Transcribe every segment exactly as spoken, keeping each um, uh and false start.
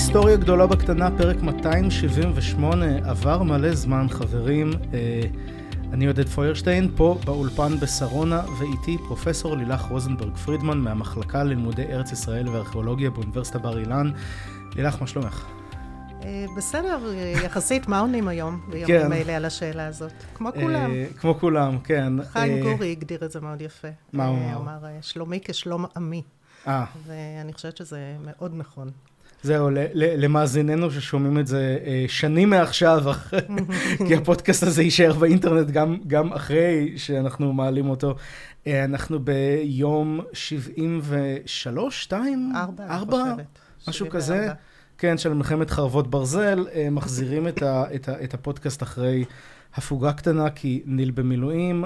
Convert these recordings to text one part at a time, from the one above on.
היסטוריה גדולה בקטנה, פרק מאתיים שבעים ושמונה, עבר מלא זמן חברים. אני עודד פוירשטיין, פה באולפן בסרונה, ואיתי פרופסור לילך רוזנברג פרידמן מהמחלקה ללימודי ארץ ישראל וארכיאולוגיה באוניברסיטת בר אילן. לילך, מה שלומך? בסדר, יחסית מה עונים היום בימים האלה על השאלה הזאת? כמו כולם. כמו כולם, כן. חיים גורי הגדיר את זה מאוד יפה. מה הוא אמר? הוא אמר, שלומי כשלום עמי. אה. ואני חושבת שזה מאוד נכון. זהו, למאזיננו ששומעים את זה שנים מעכשיו, כי הפודקאסט הזה יישאר באינטרנט גם, גם אחרי שאנחנו מעלים אותו. אנחנו ביום שבעים ושלוש, שתיים? ארבע, ארבע? אני חושבת. משהו כזה. כן, של מלחמת חרבות ברזל. מחזירים את, ה, את, ה, את הפודקאסט אחרי הפוגה קטנה, כי ניל במילואים.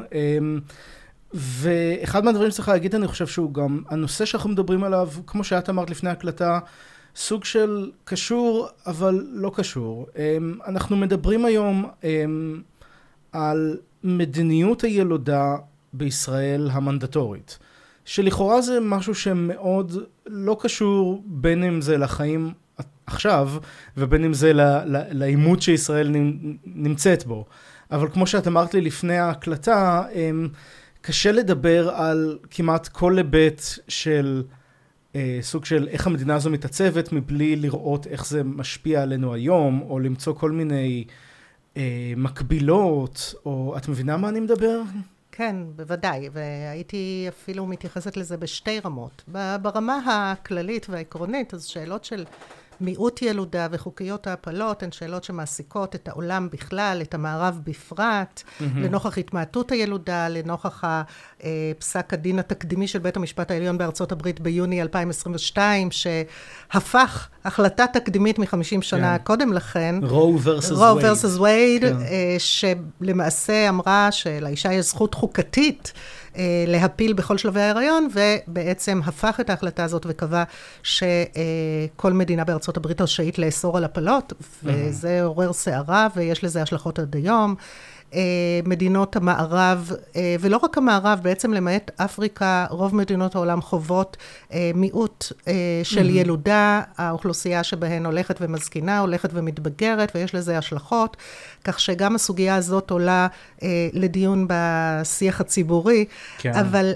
ואחד מהדברים שצריך להגיד, אני חושב שהוא גם הנושא שאנחנו מדברים עליו, כמו שאת אמרת לפני הקלטה, סוג של קשור, אבל לא קשור. אנחנו מדברים היום על מדיניות הילודה בישראל המנדטורית, שלכאורה זה משהו שמאוד לא קשור, בין אם זה לחיים עכשיו, ובין אם זה לעימות שישראל נמצאת בו. אבל כמו שאת אמרת לי לפני ההקלטה, קשה לדבר על כמעט כל היבט של סוג של איך המדינה הזו מתעצבת, מבלי לראות איך זה משפיע עלינו היום, או למצוא כל מיני אה, מקבילות, או את מבינה מה אני מדבר? כן, בוודאי, והייתי אפילו מתייחסת לזה בשתי רמות. ברמה הכללית והעקרונית, אז שאלות של מיעוט ילודה וחוקיות ההפלות הן שאלות שמעסיקות את העולם בכלל, את המערב בפרט, mm-hmm. לנוכח התמעטות הילודה, לנוכח הפסק הדין התקדימי של בית המשפט העליון בארצות הברית ביוני אלפיים עשרים ושתיים, שהפך החלטה תקדימית מ-חמישים שנה yeah. קודם לכן, רו versus רו versus וייד, כן. שלמעשה אמרה שלאישה יש זכות חוקתית, להפיל בכל שלבי ההיריון, ובעצם הפך את ההחלטה הזאת וקבע שכל מדינה בארצות הברית רשאית לאסור על הפלות, וזה עורר שערה ויש לזה השלכות עד היום. מדינות המערב, ולא רק המערב, בעצם למעט אפריקה, רוב מדינות העולם חוות מיעוט של ילודה, האוכלוסייה שבהן הולכת ומזקינה, הולכת ומתבגרת, ויש לזה השלכות, כך שגם הסוגיה הזאת עולה לדיון בשיח הציבורי, כן. אבל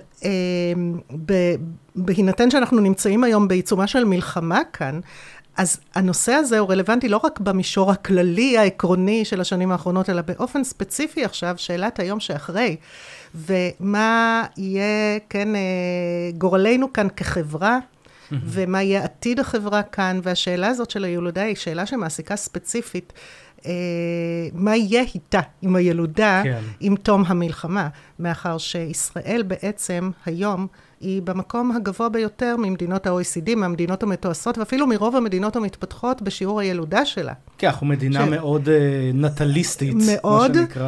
בהינתן שאנחנו נמצאים היום בעיצומה של מלחמה כאן, אז הנושא הזה הוא רלוונטי לא רק במישור הכללי, העקרוני של השנים האחרונות, אלא באופן ספציפי עכשיו, שאלת היום שאחרי, ומה יהיה, כן, גורלנו כאן כחברה, mm-hmm. ומה יהיה עתיד החברה כאן, והשאלה הזאת של הילודה היא שאלה שמעסיקה ספציפית, מה יהיה איתה עם הילודה, כן. עם תום המלחמה, מאחר שישראל בעצם היום, היא במקום הגבוה ביותר ממדינות ה-או אי סי די, מהמדינות המתועשות, ואפילו מרוב המדינות המתפתחות בשיעור הילודה שלה. כן, אנחנו מדינה ש... מאוד uh, נטליסטית, מאוד, מה שנקרא.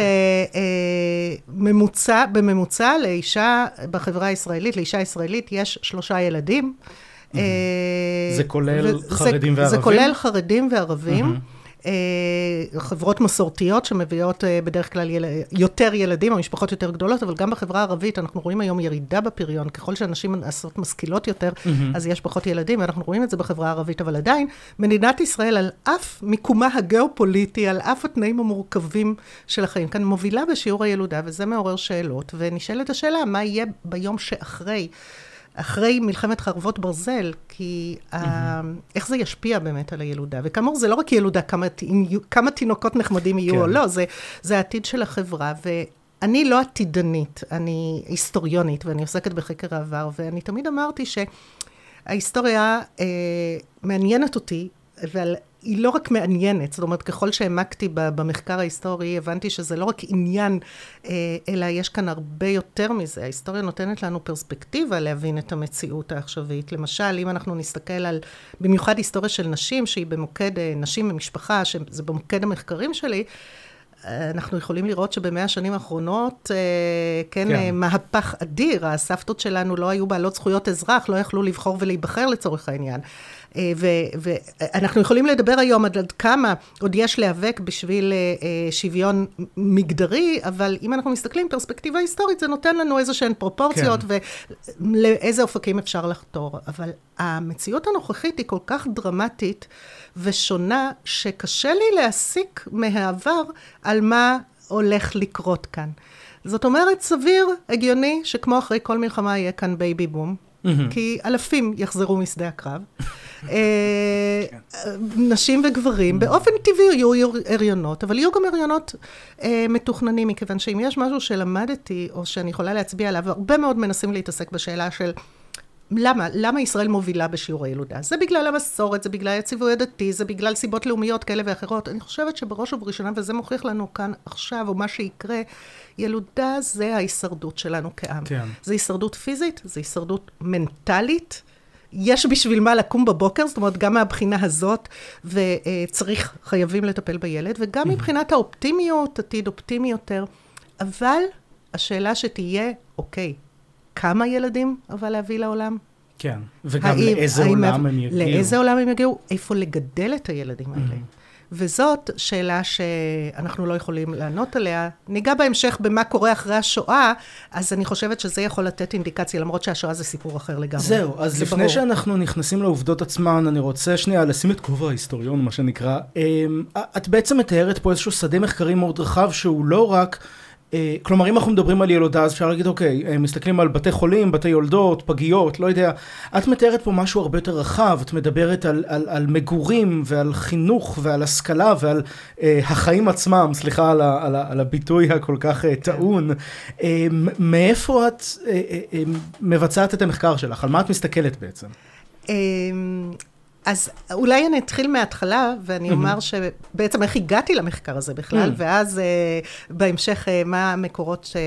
כשממוצע, uh, בממוצע לאישה בחברה הישראלית, לאישה ישראלית יש שלושה ילדים. Mm-hmm. Uh, זה כולל ו- חרדים זה, וערבים? זה כולל חרדים וערבים. Mm-hmm. חברות מסורתיות שמביאות בדרך כלל יל... יותר ילדים, המשפחות יותר גדולות, אבל גם בחברה הערבית אנחנו רואים היום ירידה בפריון, ככל שאנשים נעשות משכילות יותר, mm-hmm. אז יש פחות ילדים, ואנחנו רואים את זה בחברה הערבית, אבל עדיין, מדינת ישראל על אף מיקומה הגיאופוליטי, על אף התנאים המורכבים של החיים, כאן מובילה בשיעור הילודה, וזה מעורר שאלות, ונשאלת השאלה, מה יהיה ביום שאחרי, אחרי מלחמת חרבות ברזל, כי mm-hmm. ה... איך זה ישפיע באמת על הילודה? וכאמור, זה לא רק ילודה, כמה, כמה תינוקות נחמדים יהיו כן. או לא, זה, זה העתיד של החברה, ואני לא עתידנית, אני היסטוריונית, ואני עוסקת בחקר העבר, ואני תמיד אמרתי שההיסטוריה אה, מעניינת אותי, ועל... היא לא רק מעניינת, זאת אומרת, ככל שהעמקתי במחקר ההיסטורי, הבנתי שזה לא רק עניין, אלא יש כאן הרבה יותר מזה. ההיסטוריה נותנת לנו פרספקטיבה להבין את המציאות העכשווית. למשל, אם אנחנו נסתכל על, במיוחד היסטוריה של נשים, שהיא במוקד, נשים במשפחה, שזה במוקד המחקרים שלי, אנחנו יכולים לראות שבמאה השנים האחרונות, כן, כן. מהפך אדיר, הסבתות שלנו לא היו בעלות זכויות אזרח, לא יכלו לבחור ולהיבחר לצורך העניין. ואנחנו יכולים לדבר היום עד כמה עוד יש להיאבק בשביל שוויון מגדרי, אבל אם אנחנו מסתכלים פרספקטיבה היסטורית, זה נותן לנו איזה שהן פרופורציות, כן. ולאיזה אופקים אפשר לחתור. אבל המציאות הנוכחית היא כל כך דרמטית ושונה, שקשה לי להסיק מהעבר על מה הולך לקרות כאן. זאת אומרת, סביר, הגיוני, שכמו אחרי כל מלחמה יהיה כאן בייבי בום, mm-hmm. כי אלפים יחזרו משדה הקרב. נשים וגברים, באופן טבעי יהיו הריונות, אבל יהיו גם הריונות מתוכננים, מכיוון שאם יש משהו שלמדתי, או שאני יכולה להצביע עליו, הרבה מאוד מנסים להתעסק בשאלה של למה? למה ישראל מובילה בשיעור הילודה? זה בגלל המסורת, זה בגלל הציווי הדתי, זה בגלל סיבות לאומיות כאלה ואחרות. אני חושבת שבראש ובראשונה, וזה מוכיח לנו כאן עכשיו, או מה שיקרה, ילודה זה ההישרדות שלנו כעם. כן. זה הישרדות פיזית, זה הישרדות מנטלית. יש בשביל מה לקום בבוקר, זאת אומרת, גם מהבחינה הזאת, וצריך, חייבים לטפל בילד, וגם מבחינת האופטימיות, עתיד אופטימי יותר. אבל השאלה שתהיה, אוקיי, כמה ילדים אבל להביא לעולם? כן, וגם האם, לאיזה האם עולם הם יגיעו. לאיזה עולם הם יגיעו? איפה לגדל את הילדים האלה? Mm-hmm. וזאת שאלה שאנחנו לא יכולים לענות עליה. ניגע בהמשך במה קורה אחרי השואה, אז אני חושבת שזה יכול לתת אינדיקציה, למרות שהשואה זה סיפור אחר לגמרי. זהו, אז לפני ברור. שאנחנו נכנסים לעובדות עצמן, אני רוצה שנייה לשים את כובע ההיסטוריון, מה שנקרא. את בעצם מתארת פה איזשהו שדה מחקרי מאוד רחב, שהוא לא רק כלומר, אם אנחנו מדברים על ילודה, אז אפשר להגיד, אוקיי, מסתכלים על בתי חולים, בתי יולדות, פגיות, לא יודע. את מתארת פה משהו הרבה יותר רחב, את מדברת על, על, על מגורים ועל חינוך ועל השכלה ועל אה, החיים עצמם, סליחה על, ה, על, ה, על הביטוי הכל כך אה, טעון. אה, מאיפה את אה, אה, מבצעת את המחקר שלך? על מה את מסתכלת בעצם? אה... אז אולי אני אתחיל מההתחלה, ואני אומר שבעצם איך הגעתי למחקר הזה בכלל, ואז בהמשך מה המקורות ש...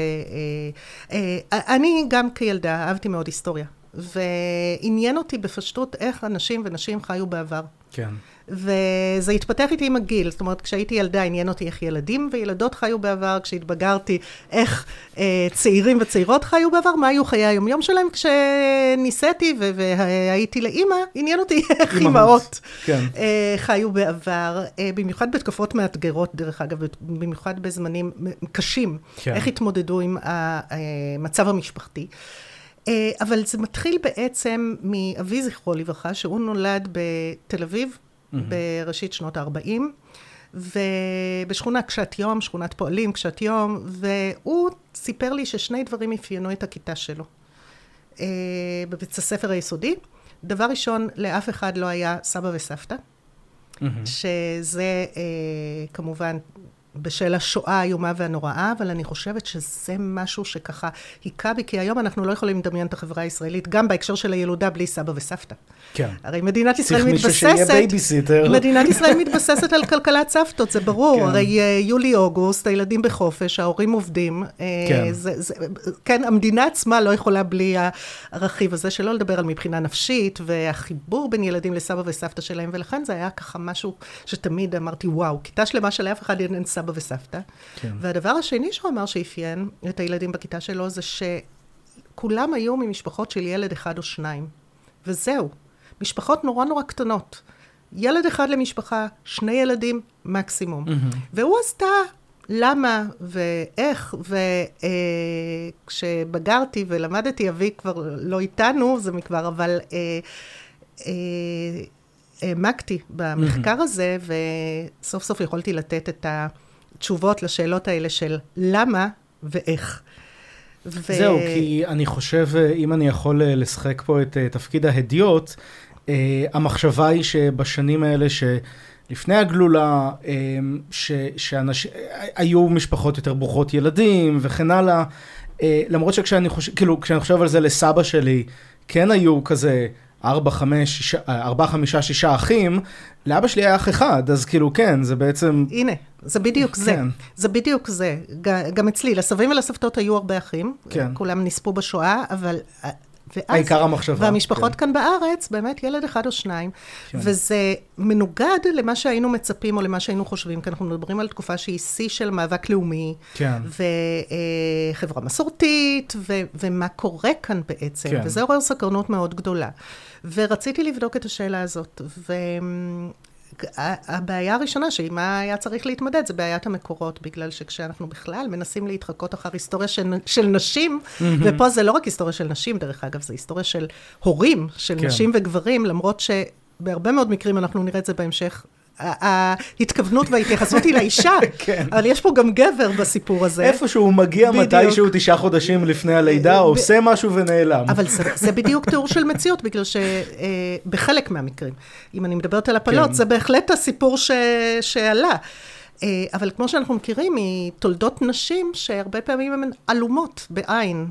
אני גם כילדה אהבתי מאוד היסטוריה, ועניין אותי בפשטות איך אנשים ונשים חיו בעבר. כן. וזה התפתח איתי עם הגיל, זאת אומרת, כשהייתי ילדה עניין אותי איך ילדים וילדות חיו בעבר, כשהתבגרתי איך אה, צעירים וצעירות חיו בעבר, מה היו חיי היום-יום שלהם, כשניסיתי והייתי לאמא, עניין אותי איך אמהות כן. אה, חיו בעבר, אה, במיוחד בתקופות מאתגרות, דרך אגב, במיוחד בזמנים קשים, כן. איך התמודדו עם המצב המשפחתי. אבל זה מתחיל בעצם מאבי זכרו לברכה, שהוא נולד בתל אביב, mm-hmm. בראשית שנות ה-ארבעים, ובשכונה קשת יום, שכונת פועלים קשת יום, והוא סיפר לי ששני דברים אפיינו את הכיתה שלו. בבית הספר היסודי, דבר ראשון, לאף אחד לא היה סבא וסבתא, mm-hmm. שזה כמובן בשל השואה האיומה והנוראה, אבל אני חושבת שזה משהו שככה היכה בי, כי היום אנחנו לא יכולים לדמיין את החברה הישראלית, גם בהקשר של הילודה בלי סבא וסבתא. כן. הרי מדינת ישראל מתבססת... צריך מישהו שיהיה בייביסיטר. מדינת ישראל מתבססת על כלכלת סבתות, זה ברור. כן. הרי יולי-אוגוסט, הילדים בחופש, ההורים עובדים. כן. זה, זה, כן, המדינה עצמה לא יכולה בלי הרכיב הזה, שלא לדבר על מבחינה נפשית, והחיבור בין ילדים לסבא וסבתא שלהם, ולכן זה היה ככה משהו שתמיד אמרתי, וואו, כיתה שלמה שלאף אחד אין סבא וסבתא. כן. והדבר השני שהוא אמר שאפיין את הילדים בכיתה שלו, זה שכולם היו ממשפחות של ילד אחד או שניים. וזהו. משפחות נורא נורא קטנות. ילד אחד למשפחה, שני ילדים מקסימום. Mm-hmm. והוא עשתה למה ואיך, וכשבגרתי ולמדתי, אבי כבר לא איתנו, זה מכבר, אבל העמקתי במחקר הזה, וסוף סוף יכולתי לתת את התשובות לשאלות האלה של למה ואיך. ו... זהו, כי אני חושב, אם אני יכול לשחק פה את תפקיד ההדיות, המחשבה היא שבשנים האלה שלפני הגלולה, ש... שאנשים, היו משפחות יותר ברוכות ילדים וכן הלאה, למרות שכשאני חושב, כאילו, כשאני חושב על זה לסבא שלי, כן היו כזה ארבע, חמש, שישה, ארבע, חמישה, שישה אחים, לאבא שלי היה אח אחד, אז כאילו כן, זה בעצם... הנה, זה בדיוק זה. כן. זה בדיוק זה. גם אצלי, לסבים ולסבתות היו הרבה אחים, כן. כולם נספו בשואה, אבל... העיקר המחשבה. והמשפחות כן. כאן בארץ, באמת ילד אחד או שניים, כן. וזה מנוגד למה שהיינו מצפים או למה שהיינו חושבים, כי אנחנו מדברים על תקופה שהיא שיא של מאבק לאומי, כן. וחברה מסורתית, ו- ומה קורה כאן בעצם, כן. וזה עורר סקרנות מאוד גדולה. ורציתי לבדוק את השאלה הזאת, ו... הבעיה הראשונה שהיא מה היה צריך להתמודד, זה בעיית המקורות, בגלל שכשאנחנו בכלל מנסים להתחקות אחר היסטוריה של, של נשים, mm-hmm. ופה זה לא רק היסטוריה של נשים, דרך אגב, זה היסטוריה של הורים, של כן. נשים וגברים, למרות שבהרבה מאוד מקרים אנחנו נראה את זה בהמשך, ההתכוונות וההתייחסות היא לאישה, כן. אבל יש פה גם גבר בסיפור הזה. איפשהו הוא מגיע מתישהו תשעה חודשים לפני הלידה, או עושה משהו ונעלם. אבל זה, זה בדיוק תיאור של מציאות, בגלל שבחלק מהמקרים, אם אני מדברת על הפלות, כן. זה בהחלט הסיפור ש, שעלה. אבל כמו שאנחנו מכירים, היא תולדות נשים שהרבה פעמים הן אלומות בעין,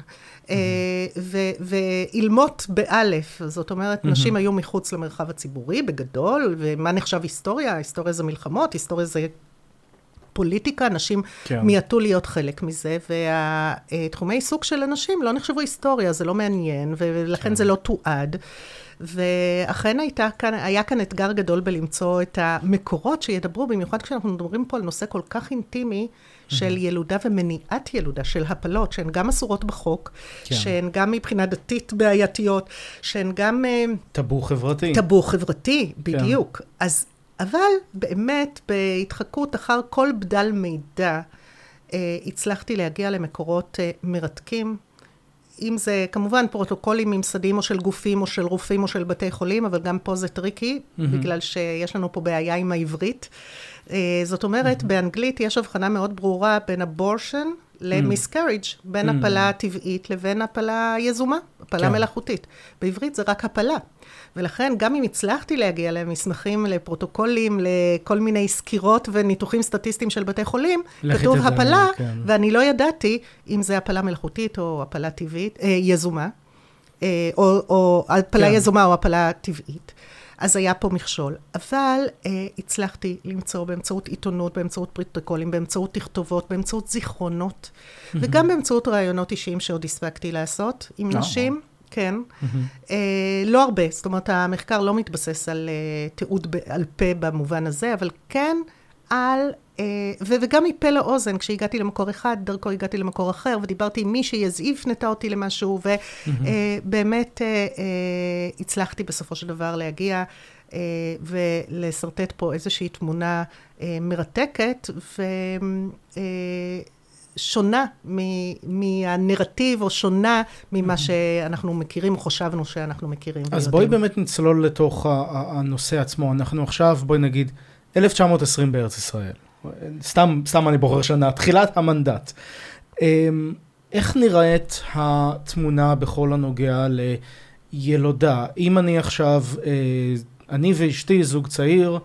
ואילמות באלף. זאת אומרת, נשים היו מחוץ למרחב הציבורי בגדול, ומה נחשב היסטוריה? היסטוריה זה מלחמות, היסטוריה זה פוליטיקה, נשים מייתו להיות חלק מזה, והתחומי עיסוק של אנשים לא נחשבו היסטוריה, זה לא מעניין, ולכן זה לא תועד. ואכן הייתה כאן, היה כאן אתגר גדול בלמצוא את המקורות שידברו, במיוחד כשאנחנו מדברים פה על נושא כל כך אינטימי, של ילודה ומניעת ילודה, של הפלות, שהן גם אסורות בחוק, כן. שהן גם מבחינה דתית בעייתיות, שהן גם... טאבו חברתי. טאבו חברתי, בדיוק. כן. אז, אבל באמת, בהתחקות אחר כל בדל מידע, אה, הצלחתי להגיע למקורות אה, מרתקים, אם זה כמובן פרוטוקולים ממסדיים או של גופים או של רופאים או של בתי חולים, אבל גם פה זה טריקי, mm-hmm. בגלל שיש לנו פה בעיה עם העברית. זאת אומרת, mm-hmm. באנגלית יש הבחנה מאוד ברורה בין abortion למיסקריג', בין mm-hmm. הפלה טבעית לבין הפלה יזומה, הפלה כן. מלאכותית. בעברית זה רק הפלה. ולכן גם אם הצלחתי להגיע למסמכים, לפרוטוקולים, לכל מיני סקירות וניתוחים סטטיסטיים של בתי חולים, כתוב הפלה, כן. ואני לא ידעתי אם זה הפלה מלאכותית או הפלה טבעית, אה, יזומה, אה, או, או הפלה כן. יזומה או הפלה טבעית. אז היה פה מכשול. אבל אה, הצלחתי למצוא באמצעות עיתונות, באמצעות פרוטוקולים, באמצעות תכתובות, באמצעות זיכרונות, mm-hmm. וגם באמצעות רעיונות אישיים שעוד הספקתי לעשות עם oh. נשים. כן, mm-hmm. אה, לא הרבה, זאת אומרת, המחקר לא מתבסס על אה, תיעוד ב- על פה במובן הזה, אבל כן על, אה, ו- וגם מפה לאוזן, כשהגעתי למקור אחד, דרכו הגעתי למקור אחר, ודיברתי עם מישהי, אז היא הפנתה אותי למשהו, ובאמת mm-hmm. אה, אה, הצלחתי בסופו של דבר להגיע, אה, ולסרטט פה איזושהי תמונה אה, מרתקת, ו... אה, שונה מהנרטיב, או שונה ממה שאנחנו מכירים, או חושבנו שאנחנו מכירים. אז בואי באמת נצלול לתוך הנושא עצמו. אנחנו עכשיו, בואי נגיד, אלף תשע מאות עשרים בארץ ישראל. סתם, סתם אני בוחר שנה, תחילת המנדט. איך נראית התמונה בכל הנוגע לילודה? אם אני עכשיו, אני ואשתי, זוג צעיר,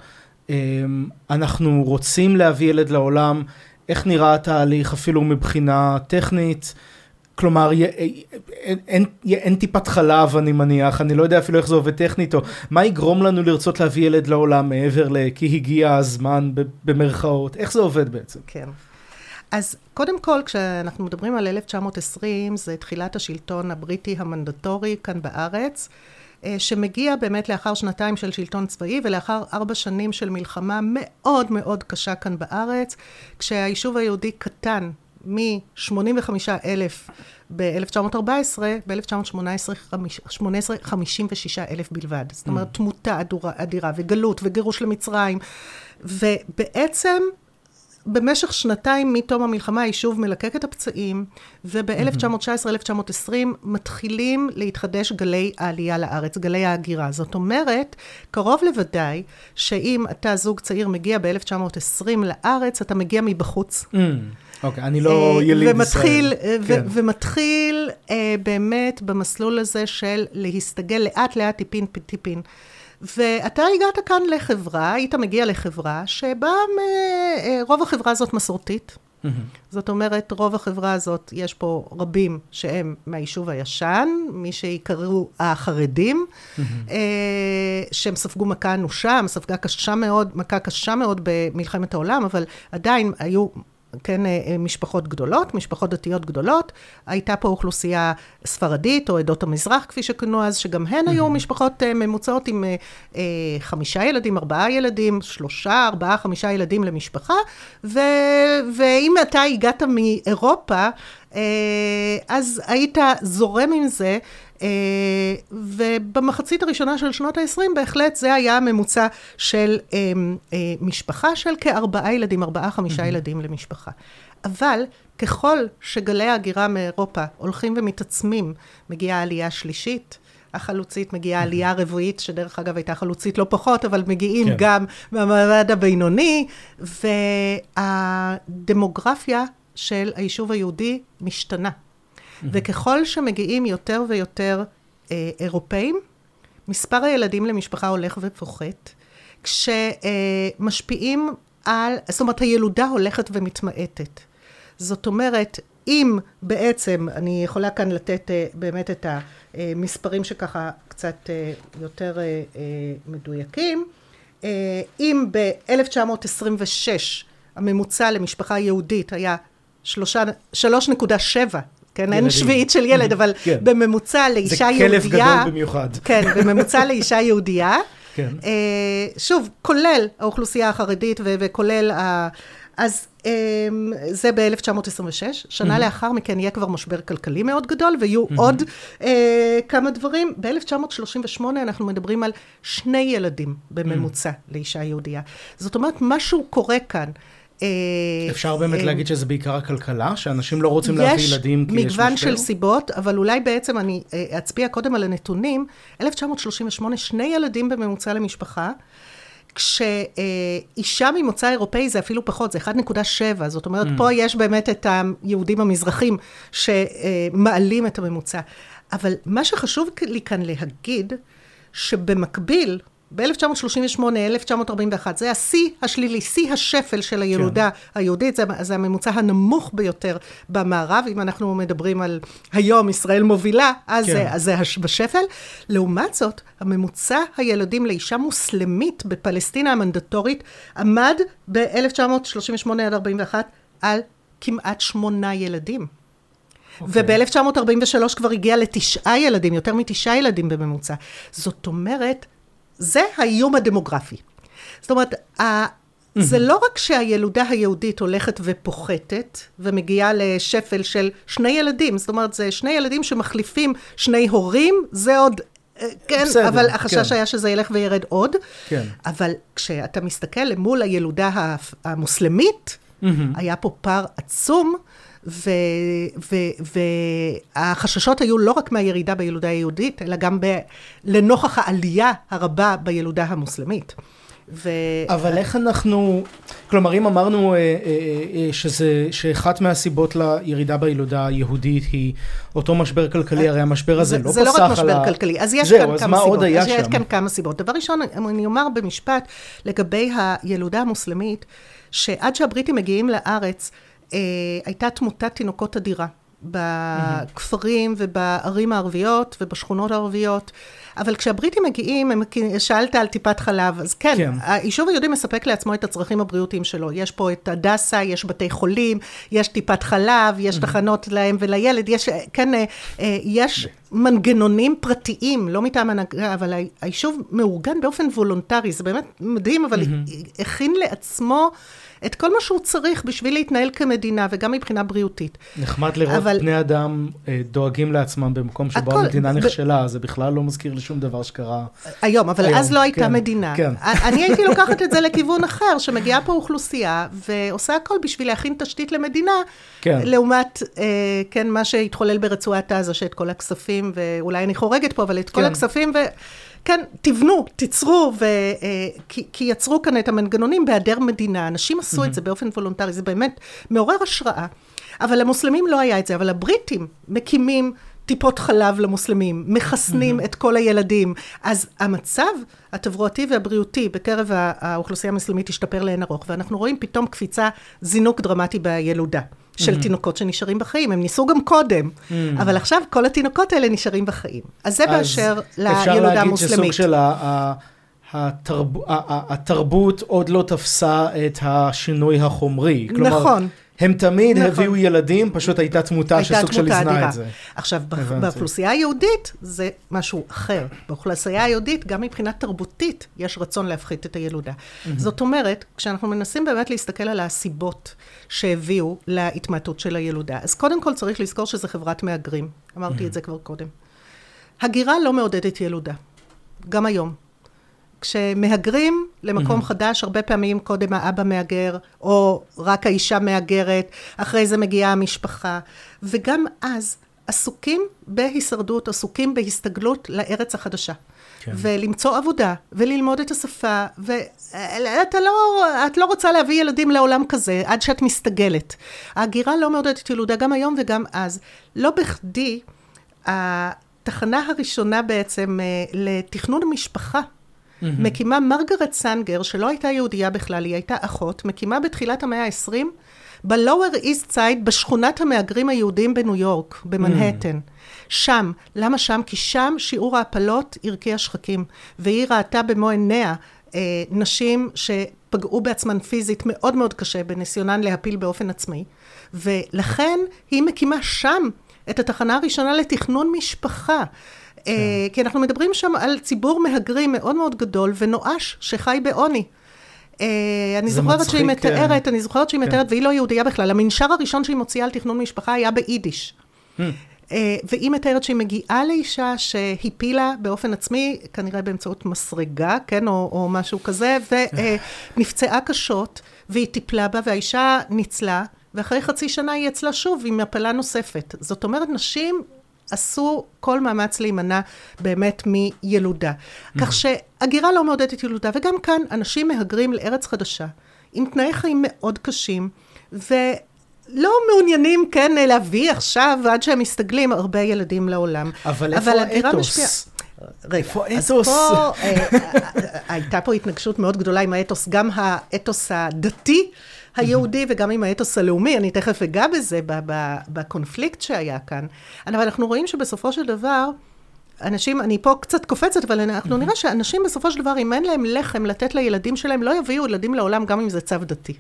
אנחנו רוצים להביא ילד לעולם, איך נראה התהליך אפילו מבחינה טכנית, כלומר, אין, אין, אין טיפת חלב אני מניח, אני לא יודע אפילו איך זה עובד טכנית, או מה יגרום לנו לרצות להביא ילד לעולם מעבר לכי הגיע הזמן במרכאות, איך זה עובד בעצם? כן. אז קודם כל, כשאנחנו מדברים על אלף תשע מאות עשרים, זה תחילת השלטון הבריטי המנדטורי כאן בארץ, שמגיע באמת לאחר שנתיים של שלטון צבאי, ולאחר ארבע שנים של מלחמה מאוד מאוד קשה כאן בארץ, כשהיישוב היהודי קטן מ-שמונים וחמישה אלף ב-אלף תשע מאות ארבע עשרה, ב-אלף תשע מאות שמונה עשרה, חמישים ושישה אלף בלבד. זאת אומרת, תמותה אדירה, וגלות, וגירוש למצרים, ובעצם במשך שנתיים מתום המלחמה, היישוב מלקק את הפצעים, וב-אלף תשע מאות תשע עשרה אלף תשע מאות עשרים מתחילים להתחדש גלי העלייה לארץ, גלי ההגירה. זאת אומרת, קרוב לוודאי, שאם אתה זוג צעיר מגיע ב-אלף תשע מאות עשרים לארץ, אתה מגיע מבחוץ. אוקיי, אני לא יליד ישראל. ומתחיל באמת במסלול הזה של להסתגל לאט לאט טיפין טיפין. ואתה הגעת כאן לחברה, היית מגיע לחברה, שבה רוב החברה הזאת מסורתית. Mm-hmm. זאת אומרת, רוב החברה הזאת, יש פה רבים שהם מהיישוב הישן, מי שיקראו החרדים, mm-hmm. שהם ספגו מכה אנושה, ספגה קשה מאוד, מכה קשה מאוד במלחמת העולם, אבל עדיין היו כן, משפחות גדולות, משפחות דתיות גדולות, הייתה פה אוכלוסייה ספרדית, או עדות המזרח, כפי שכנו אז, שגם הן היו משפחות ממוצעות עם אה, חמישה ילדים, ארבעה ילדים, שלושה, ארבעה, חמישה ילדים למשפחה, ו, ואם אתה הגעת מאירופה, אה, אז היית זורם עם זה, Uh, ובמחצית הראשונה של שנות ה-עשרים, בהחלט זה היה הממוצע של uh, uh, משפחה של כארבעה ילדים, ארבעה, חמישה mm-hmm. ילדים למשפחה. אבל ככל שגלי ההגירה מאירופה הולכים ומתעצמים, מגיעה עלייה שלישית, החלוצית מגיעה עלייה רבועית, שדרך אגב הייתה חלוצית לא פחות, אבל מגיעים כן. גם מהמעמד הבינוני, והדמוגרפיה של היישוב היהודי משתנה. וככל שמגיעים יותר ויותר אה, אירופאים, מספר הילדים למשפחה הולך ופוחת, כשמשפיעים על, זאת אומרת, הילודה הולכת ומתמעטת. זאת אומרת, אם בעצם, אני יכולה כאן לתת אה, באמת את המספרים שככה קצת אה, יותר אה, אה, מדויקים, אה, אם ב-אלף תשע מאות עשרים ושש הממוצע למשפחה יהודית היה שלוש נקודה שבע, כן, אין שביעית של ילד, אבל כן. בממוצע לאישה יהודייה... זה כלף גדול במיוחד. כן, בממוצע לאישה יהודייה. כן. אה, שוב, כולל האוכלוסייה החרדית ו- וכולל ה... אז אה, זה ב-אלף תשע מאות עשרים ושש. שנה mm-hmm. לאחר מכן יהיה כבר משבר כלכלי מאוד גדול, ויהיו mm-hmm. עוד אה, כמה דברים. ב-אלף תשע מאות שלושים ושמונה אנחנו מדברים על שני ילדים בממוצע mm-hmm. לאישה יהודייה. זאת אומרת, משהו קורה כאן. אפשר באמת להגיד שזה בעיקר הכלכלה, שאנשים לא רוצים להביא ילדים כי יש משבר? יש מגוון של סיבות, אבל אולי בעצם אני אצביע קודם על הנתונים. אלף תשע מאות שלושים ושמונה, שני ילדים בממוצע למשפחה, כשאישה ממוצא אירופאי זה אפילו פחות, זה אחת נקודה שבע, זאת אומרת, פה יש באמת את היהודים המזרחים שמעלים את הממוצע. אבל מה שחשוב לי כאן להגיד, שבמקביל, ב-אלף תשע מאות שלושים ושמונה, אלף תשע מאות ארבעים ואחת, זה השיא השלילי, שיא השפל של הילודה כן. היהודית, זה, זה הממוצע הנמוך ביותר במערב, אם אנחנו מדברים על היום ישראל מובילה, אז כן. זה, אז זה בשפל. לעומת זאת, הממוצע הילדים לאישה מוסלמית בפלסטינה המנדטורית, עמד ב-אלף תשע מאות שלושים ושמונה עד ארבעים ואחת על כמעט שמונה ילדים. Okay. וב-אלף תשע מאות ארבעים ושלוש כבר הגיע לתשעה ילדים, יותר מתשעה ילדים בממוצע. זאת אומרת, זה האיום הדמוגרפי. זאת אומרת, mm-hmm. זה לא רק שהילודה היהודית הולכת ופוחתת, ומגיעה לשפל של שני ילדים, זאת אומרת, זה שני ילדים שמחליפים שני הורים, זה עוד, כן, בסדר, אבל החשש כן. היה שזה ילך וירד עוד, כן. אבל כשאתה מסתכל למול הילודה המוסלמית, mm-hmm. היה פה פער עצום, ו, ו, והחששות היו לא רק מהירידה בילודה היהודית, אלא גם ב, לנוכח העלייה הרבה בילודה המוסלמית. ו... אבל איך אנחנו, כלומר, אם אמרנו אה, אה, שזה, שאחת מהסיבות לירידה בילודה היהודית היא אותו משבר כלכלי, הרי המשבר הזה זה, לא זה פסח על... זה לא רק משבר כלכלי, אז יש זהו, כאן אז כמה סיבות. אז יש שם? כאן כמה סיבות. דבר ראשון, אני אומר במשפט, לגבי הילודה המוסלמית, שעד שהבריטים מגיעים לארץ, אה, הייתה תמותת תינוקות אדירה. בכפרים ובערים הערביות ובשכונות הערביות. אבל כשהבריטים מגיעים, הם, שאלת על טיפת חלב, אז כן, כן. היישוב היהודי מספק לעצמו את הצרכים הבריאותיים שלו. יש פה את הדסה, יש בתי חולים, יש טיפת חלב, יש תחנות להם ולילד, יש, כן, יש מנגנונים פרטיים, לא מטעם הנהגה, אבל היישוב מאורגן באופן וולונטרי, זה באמת מדהים, אבל הכין לעצמו את כל מה שהוא צריך בשביל להתנהל כמדינה, וגם מבחינה בריאותית. נחמד לראות אבל... בני אדם דואגים לעצמם במקום שבו הכל... המדינה נכשלה, ב... זה בכלל לא מזכיר לי שום דבר שקרה. היום, אבל היום. אז לא הייתה כן, מדינה. כן. אני הייתי לוקחת את זה לכיוון אחר, שמגיעה פה אוכלוסייה, ועושה הכל בשביל להכין תשתית למדינה, כן. לעומת, אה, כן, מה שהתחולל ברצועת עזה, שאת כל הכספים, ואולי אני חורגת פה, אבל את כל כן. הכספים, ו... כן, תבנו, תיצרו, ו, אה, כי, כי יצרו כאן את המנגנונים בהיעדר מדינה. אנשים עשו mm-hmm. את זה באופן וולונטרי, זה באמת מעורר השראה. אבל למוסלמים לא היה את זה, אבל הבריטים מקימים טיפות חלב למוסלמים, מחסנים mm-hmm. את כל הילדים. אז המצב התברואתי והבריאותי בקרב האוכלוסייה המוסלמית השתפר לאין ארוך, ואנחנו רואים פתאום קפיצה, זינוק דרמטי בילודה. של mm-hmm. תינוקות שנשארים בחיים. הם ניסו גם קודם, mm-hmm. אבל עכשיו כל התינוקות האלה נשארים בחיים. אז זה באשר לילודה המוסלמית. אפשר להגיד שסוג של התרב... התרבות עוד לא תפסה את השינוי החומרי. נכון. הם תמיד נכון. הביאו ילדים, פשוט הייתה תמותה הייתה שסוג של הזנה את זה. עכשיו, באוכלוסייה היהודית זה משהו אחר. באוכלוסייה היהודית, גם מבחינת תרבותית, יש רצון להפחית את הילודה. Mm-hmm. זאת אומרת, כשאנחנו מנסים באמת להסתכל על הסיבות שהביאו להתמעטות של הילודה, אז קודם כל צריך לזכור שזה חברת מהגרים. אמרתי mm-hmm. את זה כבר קודם. הגירה לא מעודדת ילודה. גם היום. כשמהגרים למקום mm-hmm. חדש, הרבה פעמים קודם האבא מהגר, או רק האישה מהגרת, אחרי זה מגיעה המשפחה, וגם אז עסוקים בהישרדות, עסוקים בהסתגלות לארץ החדשה. כן. ולמצוא עבודה, וללמוד את השפה, ואת לא, את לא רוצה להביא ילדים לעולם כזה, עד שאת מסתגלת. ההגירה לא מעודדת ילודה גם היום וגם אז. לא בכדי, התחנה הראשונה בעצם לתכנון המשפחה, Mm-hmm. מקימה מרגרט סנגר, שלא הייתה יהודייה בכלל, היא הייתה אחות, מקימה בתחילת המאה ה-עשרים, בלואוור איסט סייד, בשכונת המהגרים היהודים בניו יורק, במנהטן. Mm-hmm. שם, למה שם? כי שם שיעור ההפלות הרקיע שחקים, והיא ראתה במו עיניה אה, נשים שפגעו בעצמן פיזית מאוד מאוד קשה, בניסיונן להפיל באופן עצמאי, ולכן היא מקימה שם את התחנה הראשונה לתכנון משפחה, כן. כי אנחנו מדברים שם על ציבור מהגרים מאוד מאוד גדול, ונואש שחי בעוני. אני זוכרת מצחיק, שהיא מתארת, אני זוכרת שהיא כן. מתארת, והיא לא יהודייה בכלל. המנשר הראשון שהיא מוציאה על תכנון משפחה היה ביידיש. Hmm. והיא מתארת שהיא מגיעה לאישה שהפילה באופן עצמי, כנראה באמצעות מסרגה, כן, או, או משהו כזה, ונפצעה קשות, והיא טיפלה בה, והאישה ניצלה, ואחרי חצי שנה היא יצלה שוב עם הפלה נוספת. זאת אומרת, נשים עשו כל מאמץ להימנע באמת מילודה. כך שהגירה לא מעודדת ילודה, וגם כאן אנשים מהגרים לארץ חדשה, עם תנאי חיים מאוד קשים, ולא מעוניינים, כן, להביא עכשיו, עד שהם מסתגלים הרבה ילדים לעולם. אבל איפה האתוס? איפה האתוס? הייתה פה התנגשות מאוד גדולה עם האתוס, גם האתוס הדתי, היהודי וגם עם האתוס הלאומי, אני תכף אגע בזה בקונפליקט שהיה כאן, אבל אנחנו רואים שבסופו של דבר, אנשים, אני פה קצת קופצת, אבל אנחנו נראה שאנשים בסופו של דבר, אם אין להם לחם לתת לילדים שלהם, לא יביאו ילדים לעולם גם אם זה צו דתי.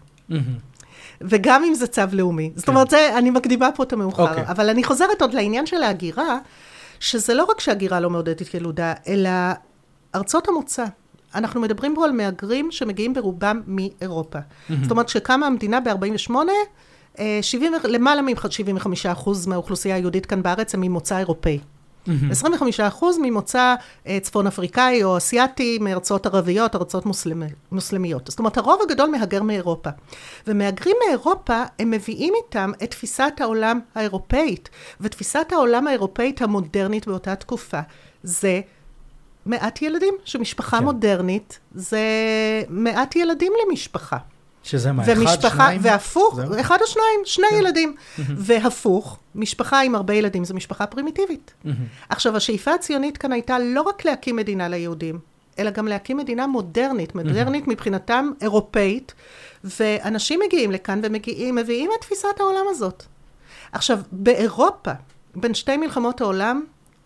וגם אם זה צו לאומי. זאת אומרת, אני מקדימה פה את המאוחר, אבל אני חוזרת עוד לעניין של ההגירה, שזה לא רק שההגירה לא מעודדת ילודה, אלא ארצות המוצא. אנחנו מדברים פה על מהגרים שמגיעים ברובם מאירופה. Mm-hmm. זאת אומרת, כשקמה המדינה ב-ארבעים ושמונה, שבעים, למעלה מ-שבעים וחמישה אחוז מהאוכלוסייה היהודית כאן בארץ הם ממוצא אירופאי. Mm-hmm. עשרים וחמישה אחוז ממוצא צפון אפריקאי או אסיאטי, מארצות ערביות, ארצות מוסלמי, מוסלמיות. זאת אומרת, הרוב הגדול מהגר מאירופה. ומהגרים מאירופה, הם מביאים איתם את תפיסת העולם האירופאית, ותפיסת העולם האירופאית המודרנית באותה תקופה. זה מעט ילדים, שמשפחה כן. מודרנית, זה מעט ילדים למשפחה. שזה מה, ומשפחה, אחד, שניים? והפוך, זהו? אחד או שניים, שני כן. ילדים. והפוך, משפחה עם הרבה ילדים, זו משפחה פרימיטיבית. עכשיו, השאיפה הציונית כאן הייתה לא רק להקים מדינה ליהודים, אלא גם להקים מדינה מודרנית, מודרנית מבחינתם אירופאית, ואנשים מגיעים לכאן ומגיעים, מביאים את תפיסת העולם הזאת. עכשיו, באירופה, בין שתי מלחמות העולם,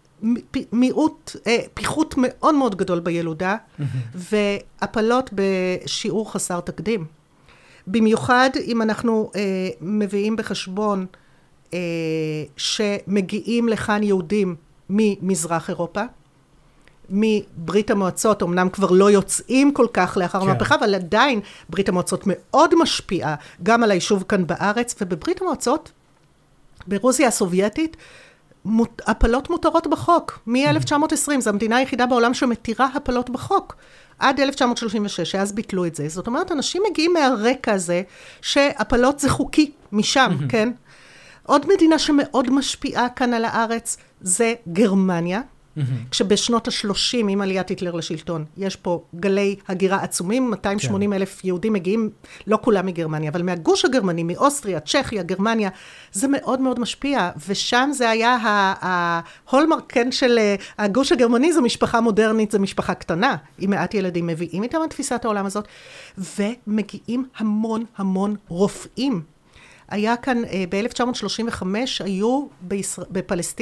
מיעוט, פיחות מאוד מאוד גדול בילודה, והפלות בשיעור חסר תקדים. במיוחד אם אנחנו מביאים בחשבון שמגיעים לכאן יהודים ממזרח אירופה, מברית המועצות, אמנם כבר לא יוצאים כל כך לאחר כן. המהפכה, אבל עדיין ברית המועצות מאוד משפיעה גם על היישוב כאן בארץ, ובברית המועצות, ברוסיה הסובייטית, הפלות מותרות בחוק, מ-אלף תשע מאות עשרים, זו המדינה היחידה בעולם שמתירה הפלות בחוק, עד אלף תשע מאות שלושים ושש, שאז ביטלו את זה. זאת אומרת, אנשים מגיעים מהרקע הזה, שהפלות זה חוקי משם, כן? עוד מדינה שמאוד משפיעה כאן על הארץ, זה גרמניה, כשבשנות ה-שלושים, עם עליית היטלר לשלטון, יש פה גלי הגירה עצומים, מאתיים ושמונים אלף יהודים מגיעים, לא כולם מגרמניה, אבל מהגוש הגרמני, מאוסטריה, צ'כיה, גרמניה, זה מאוד מאוד משפיע, ושם זה היה ההולמרק, כן, של הגוש הגרמני, זו משפחה מודרנית, זו משפחה קטנה, עם מעט ילדים, מביאים איתם את תפיסת העולם הזאת, ומגיעים המון המון רופאים. היה כאן, ב-אלף תשע מאות שלושים וחמש, היו בישראל, בפלסטינה,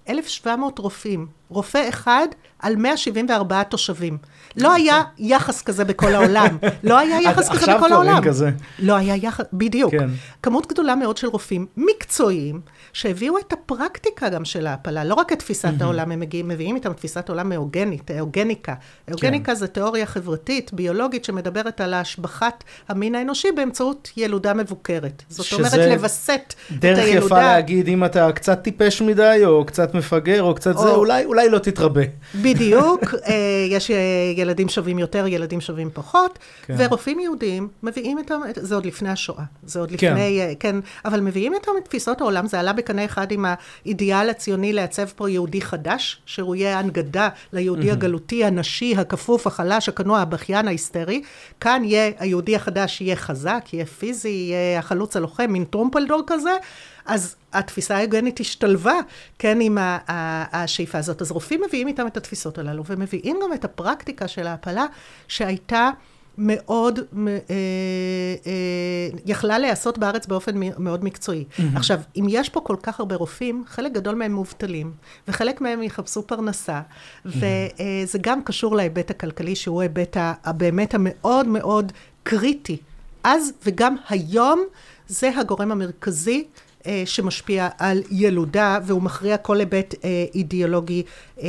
אלף ושבע מאות רופאים, רופא אחד על מאה שבעים וארבעה תושבים. לא היה יחס כזה בכל העולם. לא היה יחס כזה בכל העולם. עכשיו כבר כזה. לא היה יחס, בדיוק. כן. כמות גדולה מאוד של רופאים מקצועיים, שהביאו את הפרקטיקה גם של ההפלה, לא רק את תפיסת העולם, הם מגיעים, מביאים איתם תפיסת עולם מאוגנית, אוגניקה. אוגניקה זה תיאוריה חברתית, ביולוגית, שמדברת על ההשבחת המין האנושי באמצעות ילודה מבוקרת. זאת אומרת, לבסט את הילודה. דרך יפה להגיד, אם אתה קצת טיפש מדי, או קצת מפגר, או קצת זה, אולי, אולי לא תתרבה. בדיוק, יש ילדים שווים יותר, ילדים שווים פחות, ורופאים יהודים מביאים איתם, זה עוד לפני השואה, זה עוד לפני, כן, אבל מביאים איתם את תפיסות העולם, זה עלה בקנה אחד עם האידיאל הציוני לעצב פה יהודי חדש, שהוא יהיה הנגדה ליהודי הגלותי, הנשי, הכפוף, החלש, הכנוע, הבכיין, ההיסטרי. כאן יהיה, היהודי החדש יהיה חזק, יהיה פיזי, יהיה החלוץ הלוחם, מין טרומפלדור כזה. אז התפיסה האוגנית השתלבה, כן, עם השאיפה הזאת. אז רופאים מביאים איתם את התפיסות הללו, ומביאים גם את הפרקטיקה של ההפלה, שהייתה מאוד, יכלה להיעשות בארץ באופן מאוד מקצועי. עכשיו, אם יש פה כל כך הרבה רופאים, חלק גדול מהם מובטלים, וחלק מהם יחפשו פרנסה, וזה גם קשור להיבט הכלכלי, שהוא היבט באמת המאוד מאוד קריטי. אז וגם היום, זה הגורם המרכזי, שמשפיע על ילודה, והוא מכריע כל היבט אידיאולוגי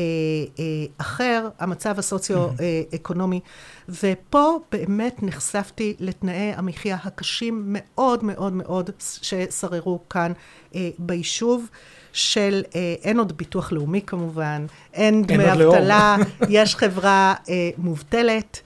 אחר, המצב הסוציו-אקונומי. ופה באמת נחשפתי לתנאי המחיה הקשים מאוד מאוד מאוד ששררו כאן ביישוב, של אין עוד ביטוח לאומי כמובן, אין דמי אבטלה, יש חברה מובטלת,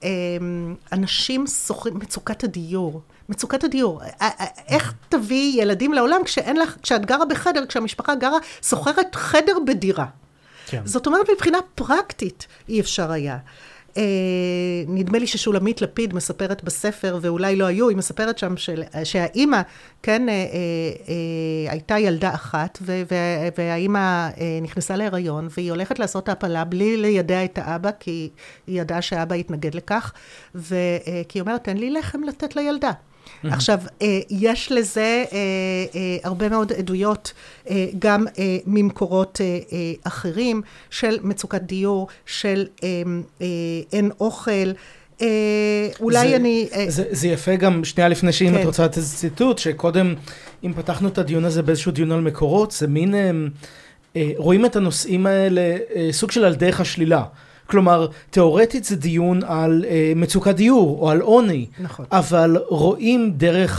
אנשים שוכרים, מצוקת הדיור, מצוקת הדיור. איך תביא ילדים לעולם כשאין לך, כשאת גרה בחדר, כשהמשפחה גרה, שוכרת חדר בדירה. כן. זאת אומרת, מבחינה פרקטית אי אפשר היה. אה, נדמה לי ששולמית לפיד מספרת בספר, ואולי לא היו, היא מספרת שם של, שהאימא, כן, אה, אה, אה, הייתה ילדה אחת, ו, ו, והאימא אה, נכנסה להיריון, והיא הולכת לעשות ההפלה בלי לידע את האבא, כי היא ידעה שהאבא יתנגד לכך, וכי היא אומרת, תן לי לחם לתת לילדה. עכשיו, יש לזה הרבה מאוד עדויות, גם ממקורות אחרים, של מצוקת דיור, של אין אוכל, אולי אני... זה יפה גם, שנייה לפני שאם את רוצה את איזה ציטוט, שקודם, אם פתחנו את הדיון הזה באיזשהו דיון על מקורות, זה מין, רואים את הנושאים האלה, סוג של על דרך השלילה. כלומר, תיאורטית זה דיון על אה, מצוקת דיור או על עוני, נכון. אבל רואים דרך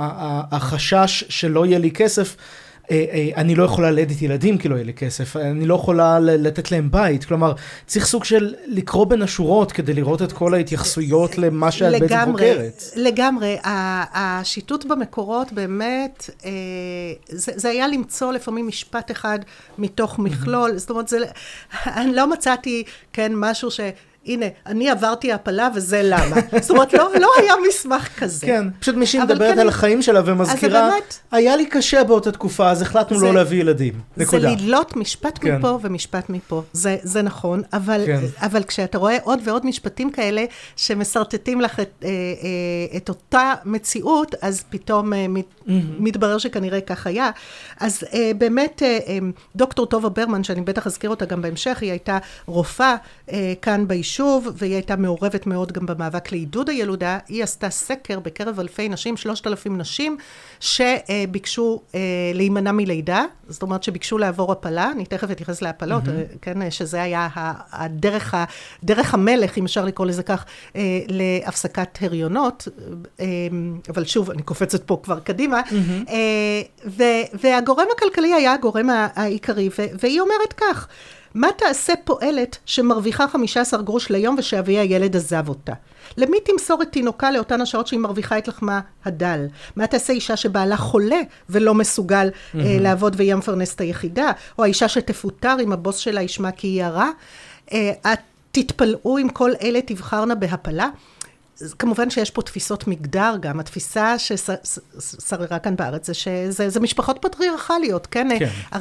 החשש שלא יהיה לי כסף, אה, אה, אני לא יכולה ללדת ילדים כי לא יהיה לי כסף, אני לא יכולה לתת להם בית, כלומר, צריך סוג של לקרוא בין השורות כדי לראות את כל ההתייחסויות למה שאת לגמרי, בעצם חוקרת. לגמרי, השיטוט במקורות באמת, אה, זה, זה היה למצוא לפעמים משפט אחד מתוך מכלול, זאת אומרת, זה, אני לא מצאתי, כן, משהו ש... הנה, אני עברתי הפלה וזה למה. זאת אומרת, לא, לא היה מסמך כזה. כן, פשוט מישהי מדברת כן, על החיים שלה ומזכירה, באמת, היה לי קשה באותה תקופה, אז החלטנו זה, לא להביא ילדים. נקודה. זה לדלות משפט כן. מפה ומשפט מפה. זה, זה נכון, אבל, כן. אבל כשאתה רואה עוד ועוד משפטים כאלה, שמסרטטים לך את, את אותה מציאות, אז פתאום mm-hmm. מתברר שכנראה כך היה. אז באמת, דוקטור טובה ברמן, שאני בטח אזכיר אותה גם בהמשך, היא הייתה רופאה כאן ביישוב, שוב, והיא הייתה מעורבת מאוד גם במאבק לעידוד הילודה, היא עשתה סקר בקרב אלפי נשים, שלושת אלפים נשים, שביקשו להימנע מלידה, זאת אומרת שביקשו לעבור הפלה, אני תכף אתייחס להפלות, mm-hmm. כן, שזה היה הדרך, דרך המלך, אם אפשר לקרוא לזה כך, להפסקת הריונות, אבל שוב, אני קופצת פה כבר קדימה, mm-hmm. והגורם הכלכלי היה הגורם העיקרי, והיא אומרת כך, מה תעשה פועלת שמרוויחה חמישה עשר גרוש ליום ושאבי הילד עזב אותה? למי תמסור את תינוקה לאותן השעות שהיא מרוויחה את לחמה הדל? מה תעשה אישה שבעלה חולה ולא מסוגל mm-hmm. אה, לעבוד והיא המפרנסת היחידה? או האישה שתפוטר אם הבוס שלה ישמע כי היא ירה? אה, תתפלאו אם כל אלה תבחרנה בהפלה? כמובן שיש פה תפיסות מגדר גם, התפיסה ששררה כאן בארץ זה שזה זה משפחות פטריארכליות, כן? כן. הרי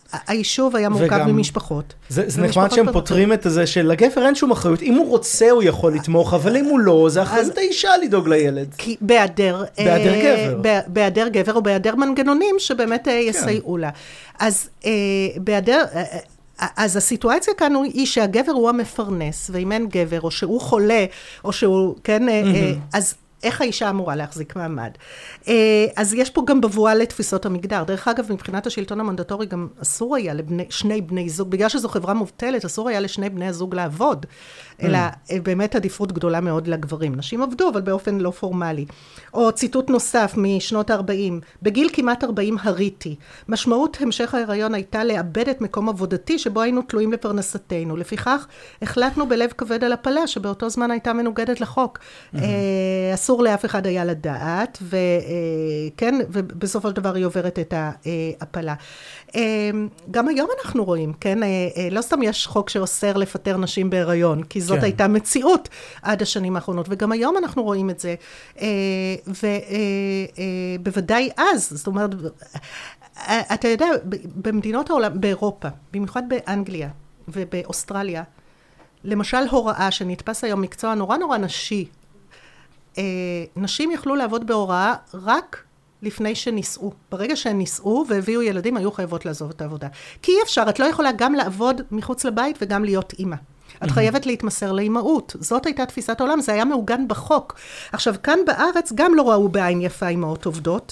היישוב היה מורכב ממשפחות. זה נחמד שהם פותרים את זה שלגבר אין שום אחריות. אם הוא רוצה הוא יכול לתמוך, אבל אם הוא לא, זה אחריות האישה לדאוג לילד. כי בהיעדר גבר. בהיעדר גבר או בהיעדר מנגנונים שבאמת יסייעו לה. אז בהיעדר... אז הסיטואציה כאן היא שהגבר הוא המפרנס, ואם אין גבר, או שהוא חולה, או שהוא, כן, אז... איך האישה אמורה להחזיק מעמד. אז יש פה גם בבואה לתפיסות המגדר. דרך אגב, מבחינת השלטון המנדטורי גם אסור היה לשני בני זוג, בגלל שזו חברה מובטלת, אסור היה לשני בני הזוג לעבוד, אלא באמת עדיפות גדולה מאוד לגברים. נשים עבדו, אבל באופן לא פורמלי. או ציטוט נוסף משנות ה-ארבעים, בגיל כמעט ארבעים הריתי. משמעות המשך ההיריון הייתה לאבד את מקום עבודתי, שבו היינו תלויים לפרנסתנו. לפיכך, החלטנו בלב כבד על הפלה, שבאותו זמן הייתה מנוגדת לחוק. אסור לאף אחד היה לדעת, וכן, ובסופו של דבר היא עוברת את ההפלה. גם היום אנחנו רואים, כן, לא סתם יש חוק שאוסר לפטר נשים בהיריון, כי זאת הייתה מציאות עד השנים האחרונות, וגם היום אנחנו רואים את זה, ובוודאי אז, זאת אומרת, אתה יודע, במדינות העולם, באירופה, במיוחד באנגליה ובאוסטרליה, למשל הוראה שנתפס היום מקצוע נורא נורא נשי, נשים יכלו לעבוד בהוראה רק לפני שנישאו. ברגע שהן נישאו והביאו ילדים, היו חייבות לעזוב את העבודה. כי אי אפשר, את לא יכולה גם לעבוד מחוץ לבית וגם להיות אימא. את חייבת להתמסר לאימהות. זאת הייתה תפיסת העולם, זה היה מעוגן בחוק. עכשיו, כאן בארץ גם לא ראו בעין יפה אימהות עובדות,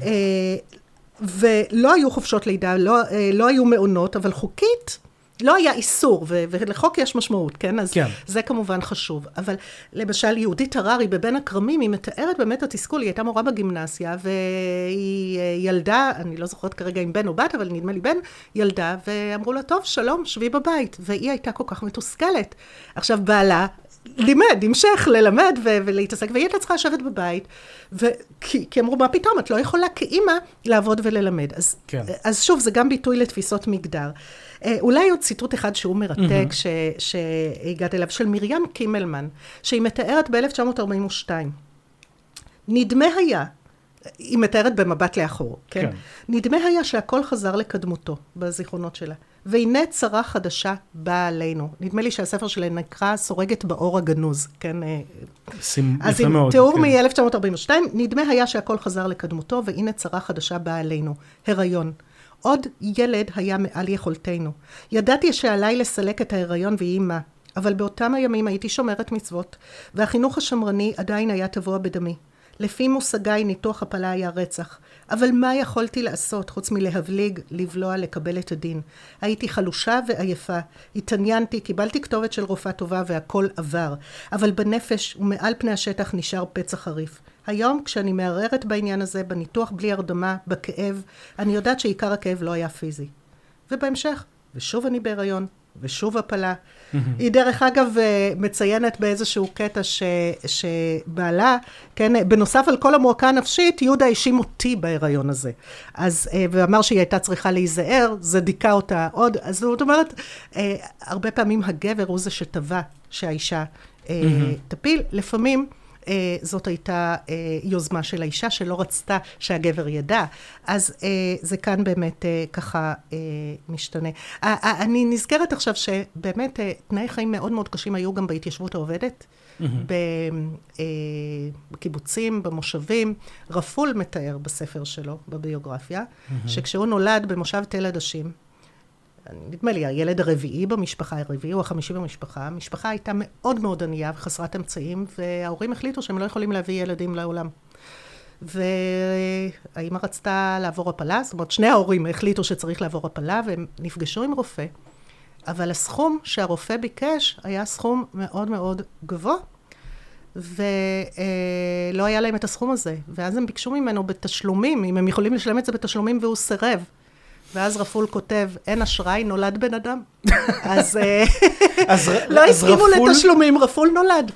ולא היו חופשות לידה, לא, לא היו מעונות, אבל חוקית, לא היה איסור, ו- ולחוק יש משמעות, כן? אז כן. זה כמובן חשוב. אבל למשל, יהודית הררי בבין הכרמים, היא מתארת באמת התסכול, היא הייתה מורה בגימנסיה, והיא ילדה, אני לא זוכרת כרגע אם בן או בת, אבל נדמה לי בן, ילדה, ואמרו לה, טוב, שלום, שבי בבית. והיא הייתה כל כך מתוסכלת. עכשיו, בעלה, לימד, המשך ללמד ו- ולהתעסק, והיא הייתה צריכה לשבת בבית, וכי, כי אמרו, מה פתאום, את לא יכולה כאימא לעבוד וללמד. אז, כן. אז שוב, זה גם ביטוי לתפיסות מגדר. אולי עוד ציטוט אחד שהוא מרתק, ש- שהגעת אליו, של מרים קימלמן, שהיא מתארת ב-אלף תשע מאות ארבעים ושתיים. נדמה היה, היא מתארת במבט לאחור, כן? כן. נדמה היה שהכל חזר לקדמותו בזיכרונות שלה. והנה צרה חדשה באה עלינו. נדמה לי שהספר שלה נקרא סורגת באור הגנוז, כן? אז עם תיאור כן. מ-אלף תשע מאות ארבעים ושתיים, נדמה היה שהכל חזר לקדמותו, והנה צרה חדשה באה עלינו. הריון. עוד ילד היה מעל יכולתנו. ידעתי שעליי לסלק את ההיריון והיא מה, אבל באותם הימים הייתי שומרת מצוות, והחינוך השמרני עדיין היה טבוע בדמי. לפי מושגיי ניתוח הפלה היה רצח, אבל מה יכולתי לעשות חוץ מלהבליג, לבלוע, לקבל את הדין? הייתי חלושה ועייפה, התעניינתי, קיבלתי כתובת של רופאה טובה והכל עבר, אבל בנפש ומעל פני השטח נשאר פצע חריף. היום כשאני מערערת בעניין הזה, בניתוח בלי הרדמה, בכאב, אני יודעת שעיקר הכאב לא היה פיזי. ובהמשך, ושוב אני בהיריון, ושוב הפלה. היא דרך אגב מציינת באיזשהו קטע ש, שבעלה, כן, בנוסף על כל המועקה הנפשית, יהודה האשים אותי בהיריון הזה. אז, ואמר שהיא הייתה צריכה להיזהר, זה דיכא אותה עוד. אז זאת אומרת, הרבה פעמים הגבר הוא זה שטבע שהאישה תפיל. לפעמים, זאת הייתה יוזמה של האישה שלא רצתה שהגבר ידע. אז זה כאן באמת ככה משתנה. אני נזכרת עכשיו שבאמת תנאי חיים מאוד מאוד קשים היו גם בהתיישבות העובדת, בקיבוצים, במושבים. רפול מתאר בספר שלו, בביוגרפיה, שכשהוא נולד במושב תל עדשים, נדמה לי, הילד הרביעי במשפחה, הרביעי או החמישי במשפחה, המשפחה הייתה מאוד מאוד ענייה וחסרת אמצעים, וההורים החליטו שהם לא יכולים להביא ילדים לעולם. והאמא רצתה לעבור הפלה, זאת אומרת, שני ההורים החליטו שצריך לעבור הפלה, והם נפגשו עם רופא, אבל הסכום שהרופא ביקש היה סכום מאוד מאוד גבוה, ולא היה להם את הסכום הזה. ואז הם ביקשו ממנו בתשלומים, אם הם יכולים לשלם את זה בתשלומים, והוא סירב. ואז רפול כותב, אין אשראי, נולד בן אדם. אז לא הסכימו לתשלומים, רפול נולד.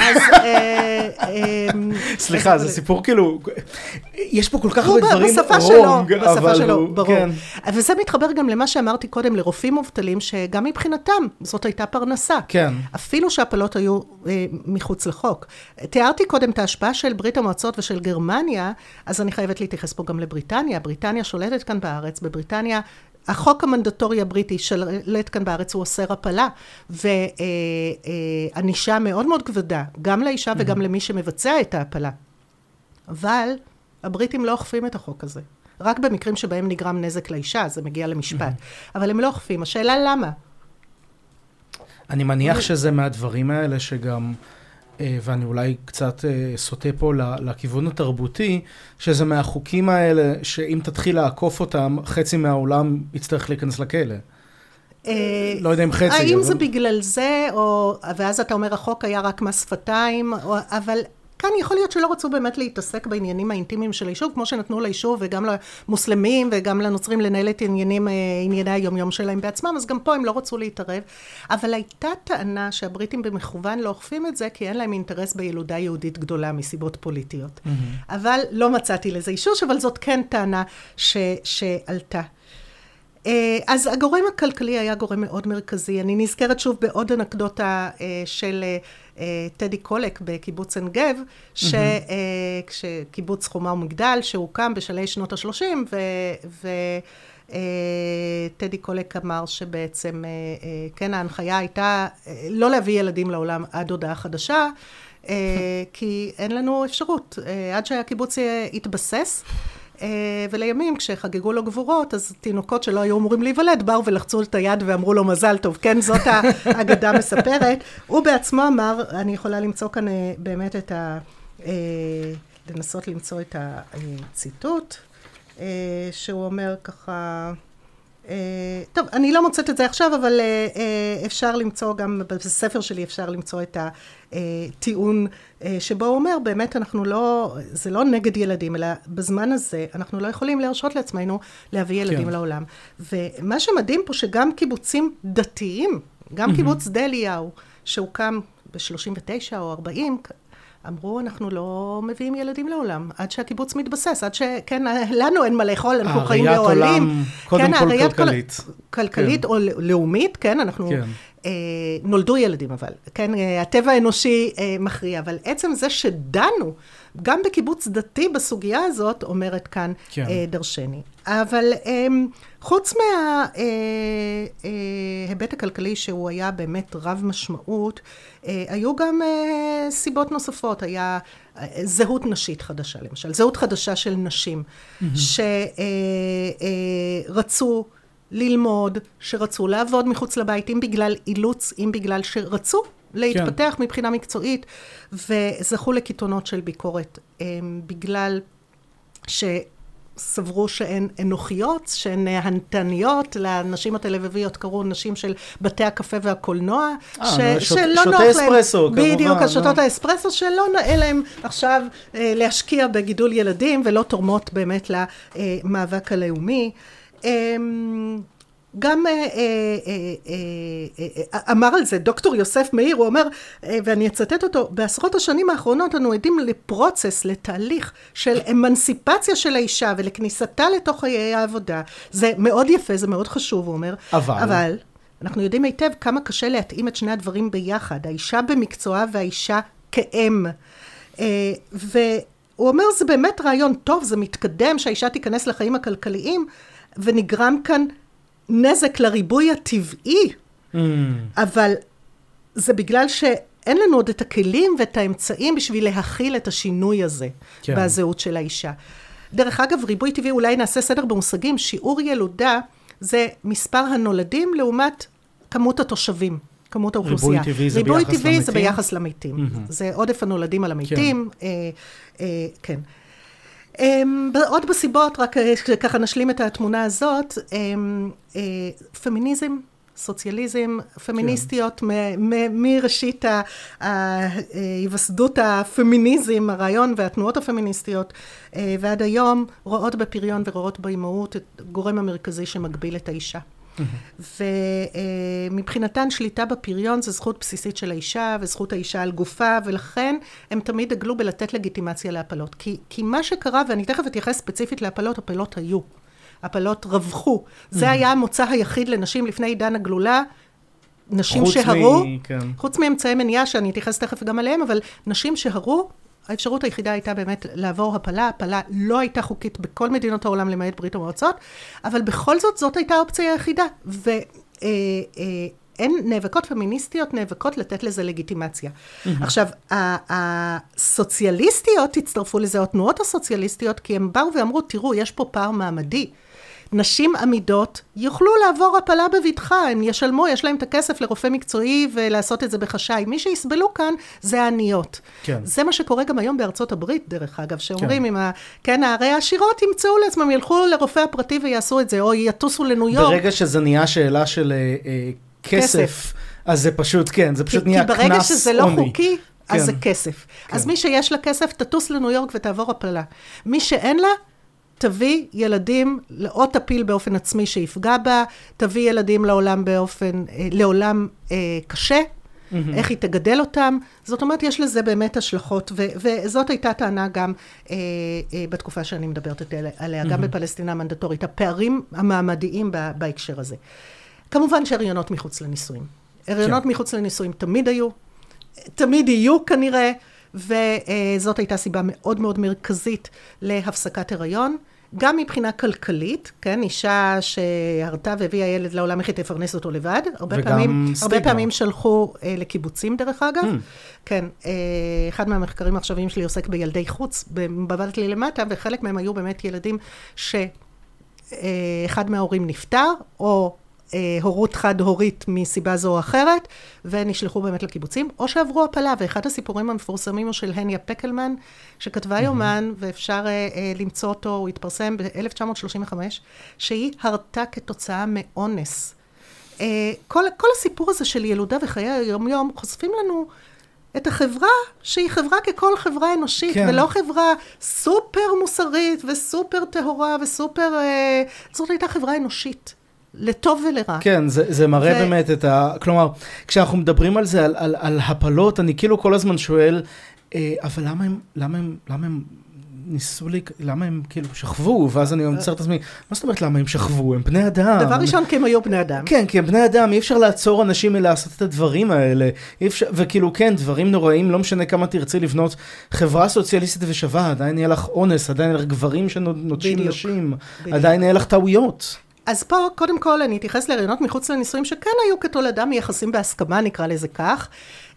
סליחה, זה סיפור כאילו, יש פה כל כך הרבה דברים רונג, בשפה שלו, ברור. וזה מתחבר גם למה שאמרתי קודם, לרופאים מובטלים, שגם מבחינתם זאת הייתה פרנסה. אפילו שהפלות היו מחוץ לחוק. תיארתי קודם את ההשפעה של ברית המועצות ושל גרמניה, אז אני חייבת להתייחס פה גם לבריטניה. בריטניה שולטת כאן בארץ, בבריטניה, החוק המנדטורי הבריטי שלט כאן בארץ הוא אוסר הפלה, וענישה מאוד מאוד כבדה, גם לאישה וגם למי שמבצע את ההפלה. אבל הבריטים לא אוכפים את החוק הזה. רק במקרים שבהם נגרם נזק לאישה, זה מגיע למשפט. אבל הם לא אוכפים. השאלה למה? אני מניח שזה מהדברים האלה שגם, ואני אולי קצת סוטה פה לכיוון התרבותי, שזה מהחוקים האלה שאם תתחיל לעקוף אותם, חצי מהעולם יצטרך להיכנס לכלא. לא יודע אם חצי. האם זה בגלל זה, ואז אתה אומר, החוק היה רק מס שפתיים, אבל כאן יכול להיות שלא רצו באמת להתעסק בעניינים האינטימיים של היישוב, כמו שנתנו ליישוב וגם למוסלמים וגם לנוצרים לנהל את עניינים, ענייני היומיום שלהם בעצמם, אז גם פה הם לא רצו להתערב. אבל הייתה טענה שהבריטים במכוון לא אוכפים את זה, כי אין להם אינטרס בילודה יהודית גדולה מסיבות פוליטיות. Mm-hmm. אבל לא מצאתי לזה אישוש, אבל זאת כן טענה ש, שעלתה. אז הגורם הכלכלי היה גורם מאוד מרכזי. אני נזכרת שוב בעוד אנקדוטה של טדי קולק בקיבוץ עין גב, שקיבוץ חומה ומגדל, שהוקם בשלהי שנות ה-שלושים, וטדי קולק אמר שבעצם, כן, ההנחיה הייתה לא להביא ילדים לעולם עד הודעה חדשה, כי אין לנו אפשרות. עד שהקיבוץ יתבסס, ולימים כשחגגו לו גבורות, אז תינוקות שלא היו אמורים להיוולד, באו ולחצו את היד ואמרו לו מזל טוב. כן, זאת האגדה מספרת. הוא בעצמו אמר, אני יכולה למצוא כאן באמת את ה... לנסות למצוא את הציטוט, שהוא אומר ככה... טוב, אני לא מוצאת את זה עכשיו, אבל אפשר למצוא גם, בספר שלי אפשר למצוא את הטיעון שבו הוא אומר, באמת אנחנו לא, זה לא נגד ילדים, אלא בזמן הזה אנחנו לא יכולים להרשות לעצמנו להביא ילדים כן. לעולם. ומה שמדהים פה שגם קיבוצים דתיים, גם mm-hmm. קיבוץ שדה אליהו, שהוקם ב-שלושים ותשע או ארבעים, אמרו, אנחנו לא מביאים ילדים לעולם, עד שהקיבוץ מתבסס, עד שכן, לנו אין מה לאכול, אנחנו חיים באוהלים. הראיית עולם, קודם כל כלכלית. כלכלית או לאומית, כן, אנחנו נולדו ילדים, אבל, כן, הטבע האנושי מכריע, אבל עצם זה שדנו, גם בקיבוץ דתי בסוגיה הזאת, אומרת כאן דרשני. אבל חוץ מההיבט הכלכלי שהוא היה באמת רב משמעות, היו גם סיבות נוספות, היה זהות נשית חדשה למשל, זהות חדשה של נשים, שרצו ללמוד, שרצו לעבוד מחוץ לבית, אם בגלל אילוץ, אם בגלל שרצו להתפתח כן. מבחינה מקצועית, וזכו לקיתונות של ביקורת, בגלל שסברו שהן אנוכיות, שהן הנתניות, לנשים התל אביביות קראו נשים של בתי הקפה והקולנוע, ש- שוט, שלא נוח להם, אספרסו, בדיוק, השוטות האספרסו, שלא נאה להם עכשיו אה, להשקיע בגידול ילדים, ולא תורמות באמת למאבק הלאומי. אה, גם אמר על זה דוקטור יוסף מאיר, הוא אומר, ואני אצטט אותו, בעשרות השנים האחרונות אנו עדים לפרוצס, לתהליך של אמנסיפציה של האישה ולכניסתה לתוך חיי העבודה. זה מאוד יפה, זה מאוד חשוב, הוא אומר. אבל... אבל אנחנו יודעים היטב כמה קשה להתאים את שני הדברים ביחד, האישה במקצועה והאישה כאם. והוא אומר, זה באמת רעיון טוב, זה מתקדם שהאישה תיכנס לחיים הכלכליים, ונגרם כאן נזק לריבוי הטבעי, mm. אבל זה בגלל שאין לנו עוד את הכלים ואת האמצעים בשביל להכיל את השינוי הזה כן. בזהות של האישה. דרך אגב, ריבוי טבעי, אולי נעשה סדר במושגים, שיעור ילודה זה מספר הנולדים לעומת כמות התושבים, כמות האוכלוסייה. ריבוי טבעי זה ריבוי ביחס טבעי למתים? זה ביחס למתים. Mm-hmm. זה עודף הנולדים על המתים. כן. אה, אה, כן. עוד בסיבות, רק ככה נשלים את התמונה הזאת, פמיניזם, סוציאליזם, פמיניסטיות, מראשית היווסדות הפמיניזם, הרעיון והתנועות הפמיניסטיות, ועד היום רואות בפריון ורואות באימהות את הגורם המרכזי שמגביל את האישה. ומבחינתן שליטה בפריון זה זכות בסיסית של האישה וזכות האישה על גופה, ולכן הם תמיד דגלו בלתת לגיטימציה להפלות. כי, כי מה שקרה, ואני תכף אתייחס ספציפית להפלות, הפלות היו. הפלות רווחו. זה היה המוצא היחיד לנשים לפני עידן הגלולה, נשים שהרו, חוץ מאמצעי מניעה, שאני אתייחס תכף גם עליהם, אבל נשים שהרו, האפשרות היחידה הייתה באמת לעבור הפלה, הפלה לא הייתה חוקית בכל מדינות העולם למעט ברית המועצות, אבל בכל זאת זאת הייתה האופציה היחידה, והן נאבקות פמיניסטיות, נאבקות לתת לזה לגיטימציה. עכשיו, הסוציאליסטיות הצטרפו לזה, או התנועות הסוציאליסטיות, כי הם באו ואמרו, תראו, יש פה פער מעמדי, נשים עמידות יוכלו לעבור הפלה בבטחה, הם ישלמו, יש להם את הכסף לרופא מקצועי ולעשות את זה בחשאי. מי שיסבלו כאן זה העניות. כן. זה מה שקורה גם היום בארצות הברית, דרך אגב, שאומרים, כן, ה... כן, הרי העשירות ימצאו לעצמם, ילכו לרופא הפרטי ויעשו את זה, או יטוסו לניו יורק. ברגע שזה נהיה שאלה של אה, כסף, כסף, אז זה פשוט, כן, זה פשוט כי, נהיה קנס עוני. כי ברגע שזה לא חוקי, כן. אז זה כסף. כן. אז מי שיש לה כסף, תטוס לניו יורק ותעבור הפלה. מי שאין לה, תביא ילדים, או תפיל באופן עצמי שיפגע בה, תביא ילדים לעולם באופן, לעולם אה, קשה, mm-hmm. איך היא תגדל אותם. זאת אומרת, יש לזה באמת השלכות, ו- וזאת הייתה טענה גם אה, אה, בתקופה שאני מדברת עליה, mm-hmm. גם בפלסטינה המנדטורית, הפערים המעמדיים ב- בהקשר הזה. כמובן שהריונות מחוץ לנישואים. הריונות כן. מחוץ לנישואים תמיד היו, תמיד יהיו כנראה, וזאת הייתה סיבה מאוד מאוד מרכזית להפסקת הריון, גם מבחינה כלכלית, כן, אישה שהרתה והביאה ילד לעולם, איך היא תפרנס אותו לבד, הרבה פעמים, הרבה פעמים שלחו אה, לקיבוצים דרך אגב, mm. כן, אה, אחד מהמחקרים העכשוויים שלי עוסק בילדי חוץ, בבבת לי למטה, וחלק מהם היו באמת ילדים שאחד אה, מההורים נפטר, או אה, הורות חד-הורית מסיבה זו או אחרת, ונשלחו באמת לקיבוצים, או שעברו הפלה, ואחד הסיפורים המפורסמים הוא של הניה פקלמן, שכתבה יומן, ואפשר אה, אה, למצוא אותו, הוא התפרסם ב-אלף תשע מאות שלושים וחמש, שהיא הרתה כתוצאה מאונס. אה, כל, כל הסיפור הזה של ילודה וחיי היום-יום, חושפים לנו את החברה, שהיא חברה ככל חברה אנושית, כן. ולא חברה סופר מוסרית, וסופר טהורה, וסופר... אה, זאת הייתה חברה אנושית. לטוב ולרע. כן, זה, זה מראה ו... באמת את ה... כלומר, כשאנחנו מדברים על זה, על, על, על הפלות, אני כאילו כל הזמן שואל, אה, אבל למה הם, למה הם, למה הם ניסו לי, למה הם כאילו שכבו? ואז אני אומר את עצמי, מה זאת אומרת למה הם שכבו? הם בני אדם. דבר ראשון, כי הם היו בני אדם. כן, כי הם בני אדם, אי אפשר לעצור אנשים מלעשות את הדברים האלה. אי אפשר, וכאילו כן, דברים נוראים, לא משנה כמה תרצי לבנות חברה סוציאליסטית ושווה, עדיין יהיה לך אונס, עדיין יהיה לך גברים שנוטשים נשים, עדיין יהיה לך טעויות. אז פה, קודם כל, אני אתייחס להריונות מחוץ לנישואים, שכן היו כתולדה מיחסים בהסכמה, נקרא לזה כך,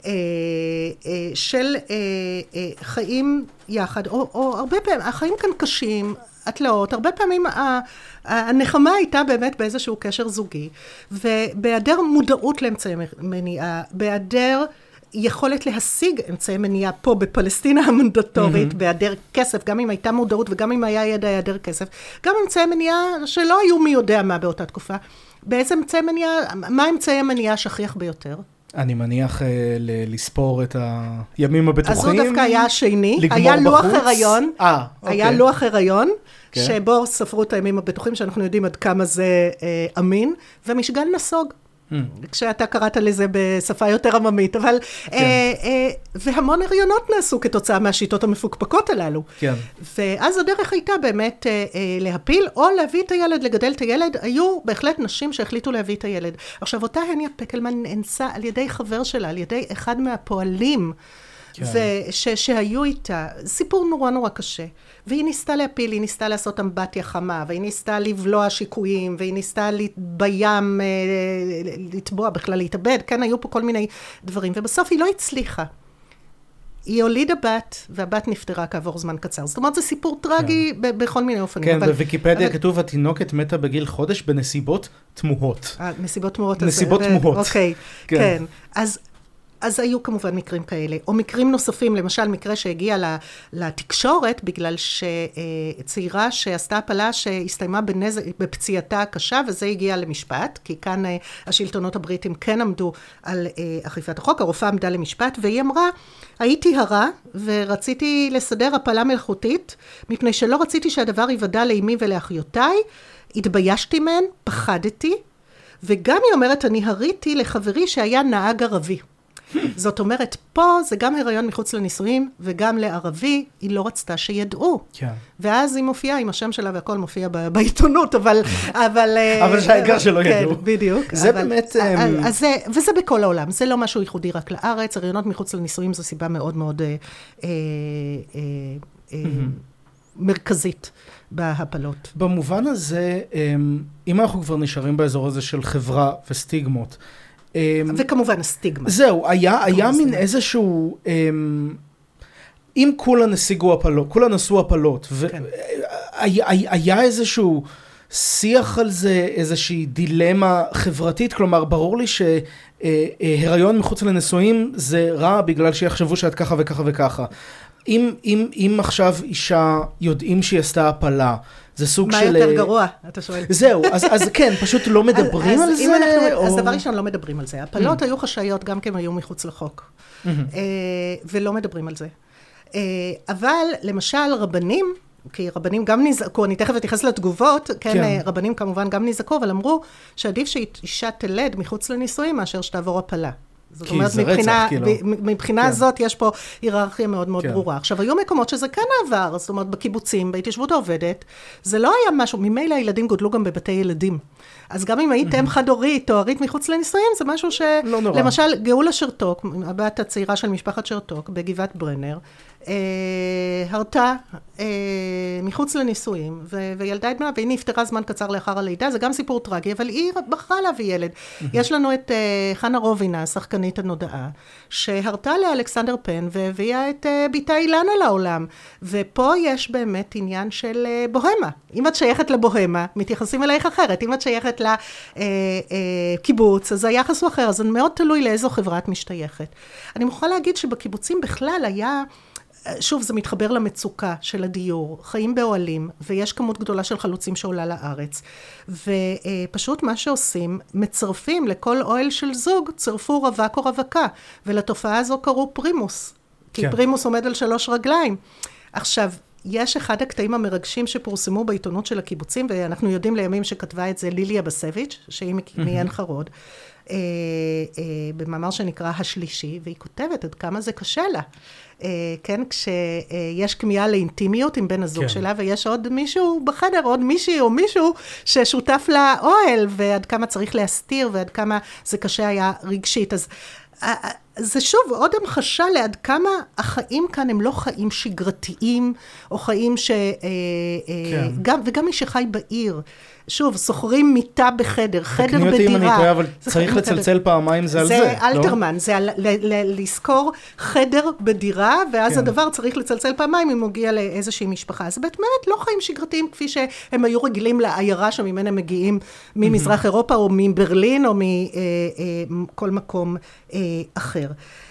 של חיים יחד, או, או הרבה פעמים, החיים כאן קשים, התלאות, הרבה פעמים הנחמה הייתה באמת באיזשהו קשר זוגי, ובהיעדר מודעות לאמצעי מניעה, בהיעדר יכולת להשיג אמצעי מניעה פה בפלסטינה המנדטורית, mm-hmm. בהיעדר כסף, גם אם הייתה מודעות וגם אם היה ידע היעדר כסף, גם אמצעי מניעה שלא היו מי יודע מה באותה תקופה. באיזה אמצעי מניעה, מה אמצעי המניעה השכיח ביותר? אני מניח אה, ל- לספור את הימים הבטוחים. אז הוא דווקא היה השני, היה לוח הריון, אה, היה אוקיי. לוח הריון, כן. שבו ספרו את הימים הבטוחים, שאנחנו יודעים עד כמה זה אה, אמין, ומשגל נסוג. כשאתה קראת לזה בשפה יותר עממית, אבל, כן. אה, אה, והמון הריונות נעשו כתוצאה מהשיטות המפוקפקות הללו. כן. ואז הדרך הייתה באמת אה, אה, להפיל, או להביא את הילד, לגדל את הילד, היו בהחלט נשים שהחליטו להביא את הילד. עכשיו, אותה הניה פקלמן נאנסה על ידי חבר שלה, על ידי אחד מהפועלים, כן. וש, שהיו איתה, סיפור נורא נורא קשה. והיא ניסתה להפיל, היא ניסתה לעשות אמבטיה חמה, והיא ניסתה לבלוע שיקויים, והיא ניסתה בים, לטבוע בכלל, להתאבד, כן, היו פה כל מיני דברים, ובסוף היא לא הצליחה. היא הולידה בת, והבת נפטרה כעבור זמן קצר. זאת אומרת, זה סיפור טרגי כן. ב- בכל מיני אופנים. כן, אבל, בוויקיפדיה אבל... כתוב, התינוקת מתה בגיל חודש בנסיבות תמוהות. אה, נסיבות תמוהות. נסיבות אז, תמוהות. אוקיי, כן. כן. אז... אז היו כמובן מקרים כאלה, או מקרים נוספים, למשל מקרה שהגיע לתקשורת, בגלל שצעירה שעשתה הפלה שהסתיימה בנזק, בפציעתה הקשה, וזה הגיע למשפט, כי כאן השלטונות הבריטים כן עמדו על אכיפת החוק, הרופאה עמדה למשפט, והיא אמרה, הייתי הרה, ורציתי לסדר הפלה מלאכותית, מפני שלא רציתי שהדבר יוודע לאמי ולאחיותיי, התביישתי מהן, פחדתי, וגם היא אומרת, אני הריתי לחברי שהיה נהג ערבי. זאת אומרת, פה זה גם הריון מחוץ לנישואים, וגם לערבי, היא לא רצתה שידעו. כן. ואז היא מופיעה עם השם שלה, והכל מופיע בעיתונות, אבל... אבל, אבל שהעיקר שלא ידעו. כן, בדיוק. זה באמת... אז זה, וזה בכל העולם, זה לא משהו ייחודי רק לארץ, הריונות מחוץ לנישואים זו סיבה מאוד מאוד מרכזית בהפלות. במובן הזה, אם אנחנו כבר נשארים באזור הזה של חברה וסטיגמות, וכמובן הסטיגמה. זהו, היה, היה מין איזשהו, אם כולן השיגו הפלות, כולן עשו הפלות, והיה איזשהו שיח על זה, איזושהי דילמה חברתית, כלומר, ברור לי שהריון מחוץ לנישואים זה רע בגלל שיחשבו שאת ככה וככה וככה. אם, אם, אם עכשיו אישה יודעים שהיא עשתה הפלה, זה סוג מה של... מה יותר גרוע, אתה שואל. זהו, אז, אז כן, פשוט לא מדברים אז, על אז זה? אנחנו, או... אז דבר ראשון, לא מדברים על זה. הפלות mm-hmm. היו חשאיות גם כי הם היו מחוץ לחוק. Mm-hmm. ולא מדברים על זה. אבל למשל רבנים, כי רבנים גם נזעקו, אני תכף אתייחס לתגובות, כן, כן. רבנים כמובן גם נזעקו, אבל אמרו שעדיף שאישה תלד מחוץ לנישואים מאשר שתעבור הפלה. זאת אומרת, מבחינה, רצח, מבחינה כן. הזאת יש פה היררכיה מאוד מאוד כן. ברורה. עכשיו, היו מקומות שזה כן עבר, זאת אומרת, בקיבוצים, בהתיישבות העובדת, זה לא היה משהו, ממילא הילדים גודלו גם בבתי ילדים. אז גם אם הייתם חד-הורית או הורית מחוץ לנישואים, זה משהו ש... לא נורא. למשל, גאולה שרתוק, הבת הצעירה של משפחת שרתוק, בגבעת ברנר, אה, הרתה אה, מחוץ לנישואים, ו- וילדה את בנה, והיא נפטרה זמן קצר לאחר הלידה, זה גם סיפור טרגי, אבל היא בחרה להביא ילד. יש לנו את אה, חנה רובינה, השחקנית הנודעה, שהרתה לאלכסנדר פן, והביאה את אה, ביתה אילנה לעולם. ופה יש באמת עניין של אה, בוהמה. אם את שייכת לבוהמה, מתייחסים אלייך אחרת. אם את שייכת לקיבוץ, אז היחס הוא אחר. אז זה מאוד תלוי לאיזו חברה את משתייכת. אני מוכרחה להגיד שבקיבוצים בכלל היה... שוב, זה מתחבר למצוקה של הדיור, חיים באוהלים, ויש כמות גדולה של חלוצים שעולה לארץ. ופשוט מה שעושים, מצרפים לכל אוהל של זוג, צרפו רווק או רווקה, ולתופעה הזו קראו פרימוס, כי כן. פרימוס עומד על שלוש רגליים. עכשיו, יש אחד הקטעים המרגשים שפורסמו בעיתונות של הקיבוצים, ואנחנו יודעים לימים שכתבה את זה ליליה בסביץ', שהיא מעין חרוד, אה, אה, במאמר שנקרא השלישי, והיא כותבת עד כמה זה קשה לה. כן, כשיש כמיהה לאינטימיות עם בן הזוג שלה, ויש עוד מישהו בחדר, עוד מישהי או מישהו ששותף לאוהל, ועד כמה צריך להסתיר, ועד כמה זה קשה היה רגשית. אז זה שוב עוד המחשה לעד כמה החיים כאן הם לא חיים שגרתיים, או חיים ש... גם, וגם מי שחי בעיר. שוב, סוחרים מיטה בחדר, חדר בדירה. תקני אותי אם אני טועה, אבל צריך לצלצל פעמיים, זה על זה, זה אלתרמן, זה לזכור חדר בדירה, ואז הדבר צריך לצלצל פעמיים אם מגיע לאיזושהי משפחה. אז באמת לא חיים שגרתיים כפי שהם היו רגילים לעיירה שממנה הם מגיעים ממזרח אירופה, או מברלין, או מכל מקום אחר.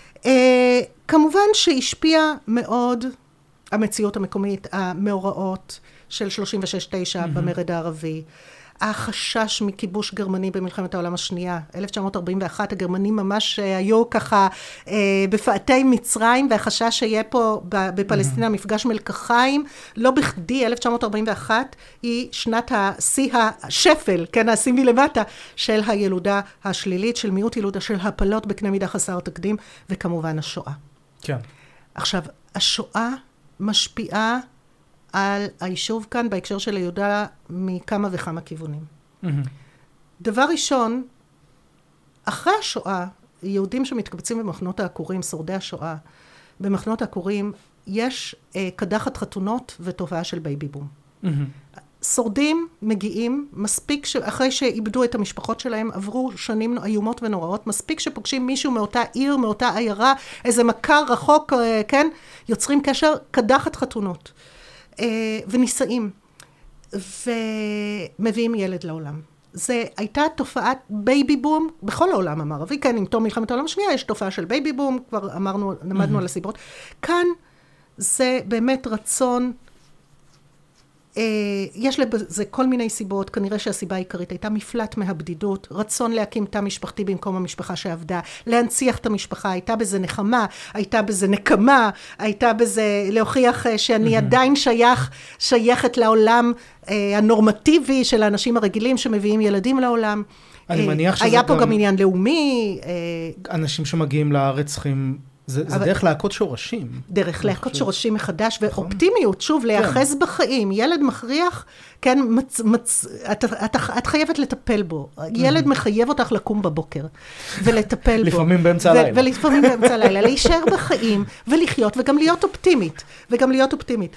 כמובן שהשפיע מאוד המציאות המקומית, המאורעות, של שלושים ושש תשע mm-hmm. במרד הערבי, החשש מכיבוש גרמני במלחמת העולם השנייה, אלף תשע מאות ארבעים ואחת, הגרמנים ממש היו ככה אה, בפאתי מצרים, והחשש שיהיה פה בפלסטינה mm-hmm. מפגש מלקחיים, לא בכדי, אלף תשע מאות ארבעים ואחת היא שנת השיא השפל, כן, השיא מלמטה, של הילודה השלילית, של מיעוט ילודה של הפלות בקנה מידה חסר תקדים, וכמובן השואה. כן. עכשיו, השואה משפיעה על היישוב כאן בהקשר של היהודה מכמה וכמה כיוונים. Mm-hmm. דבר ראשון, אחרי השואה, יהודים שמתקבצים במחנות העקורים, שורדי השואה, במחנות העקורים, יש אה, קדחת חתונות ותופעה של בייבי בום. Mm-hmm. שורדים מגיעים, מספיק שאחרי שאיבדו את המשפחות שלהם, עברו שנים איומות ונוראות, מספיק שפוגשים מישהו מאותה עיר, מאותה עיירה, איזה מכר רחוק, אה, כן? יוצרים קשר, קדחת חתונות. ונישאים, ומביאים ילד לעולם. זה הייתה תופעת בייבי בום בכל העולם המערבי, כן, עם תום מלחמת העולם השנייה, יש תופעה של בייבי בום, כבר אמרנו, למדנו על הסיבות. כאן זה באמת רצון יש לזה כל מיני סיבות, כנראה שהסיבה העיקרית הייתה מפלט מהבדידות, רצון להקים תא משפחתי במקום המשפחה שעבדה, להנציח את המשפחה, הייתה בזה נחמה, הייתה בזה נקמה, הייתה בזה להוכיח שאני עדיין שייך, שייכת לעולם הנורמטיבי של האנשים הרגילים שמביאים ילדים לעולם. אני מניח שזה היה פה גם עניין לאומי. אנשים שמגיעים לארץ צריכים... זה, זה דרך להכות שורשים. דרך להכות שורשים מחדש, ואופטימיות, שוב, להיאחז בחיים. ילד מכריח, כן, מצ, מצ, את, את, את חייבת לטפל בו. ילד מחייב אותך לקום בבוקר, ולטפל בו. לפעמים באמצע הלילה. ולפעמים באמצע הלילה, להישאר בחיים, ולחיות, וגם להיות אופטימית. וגם להיות אופטימית.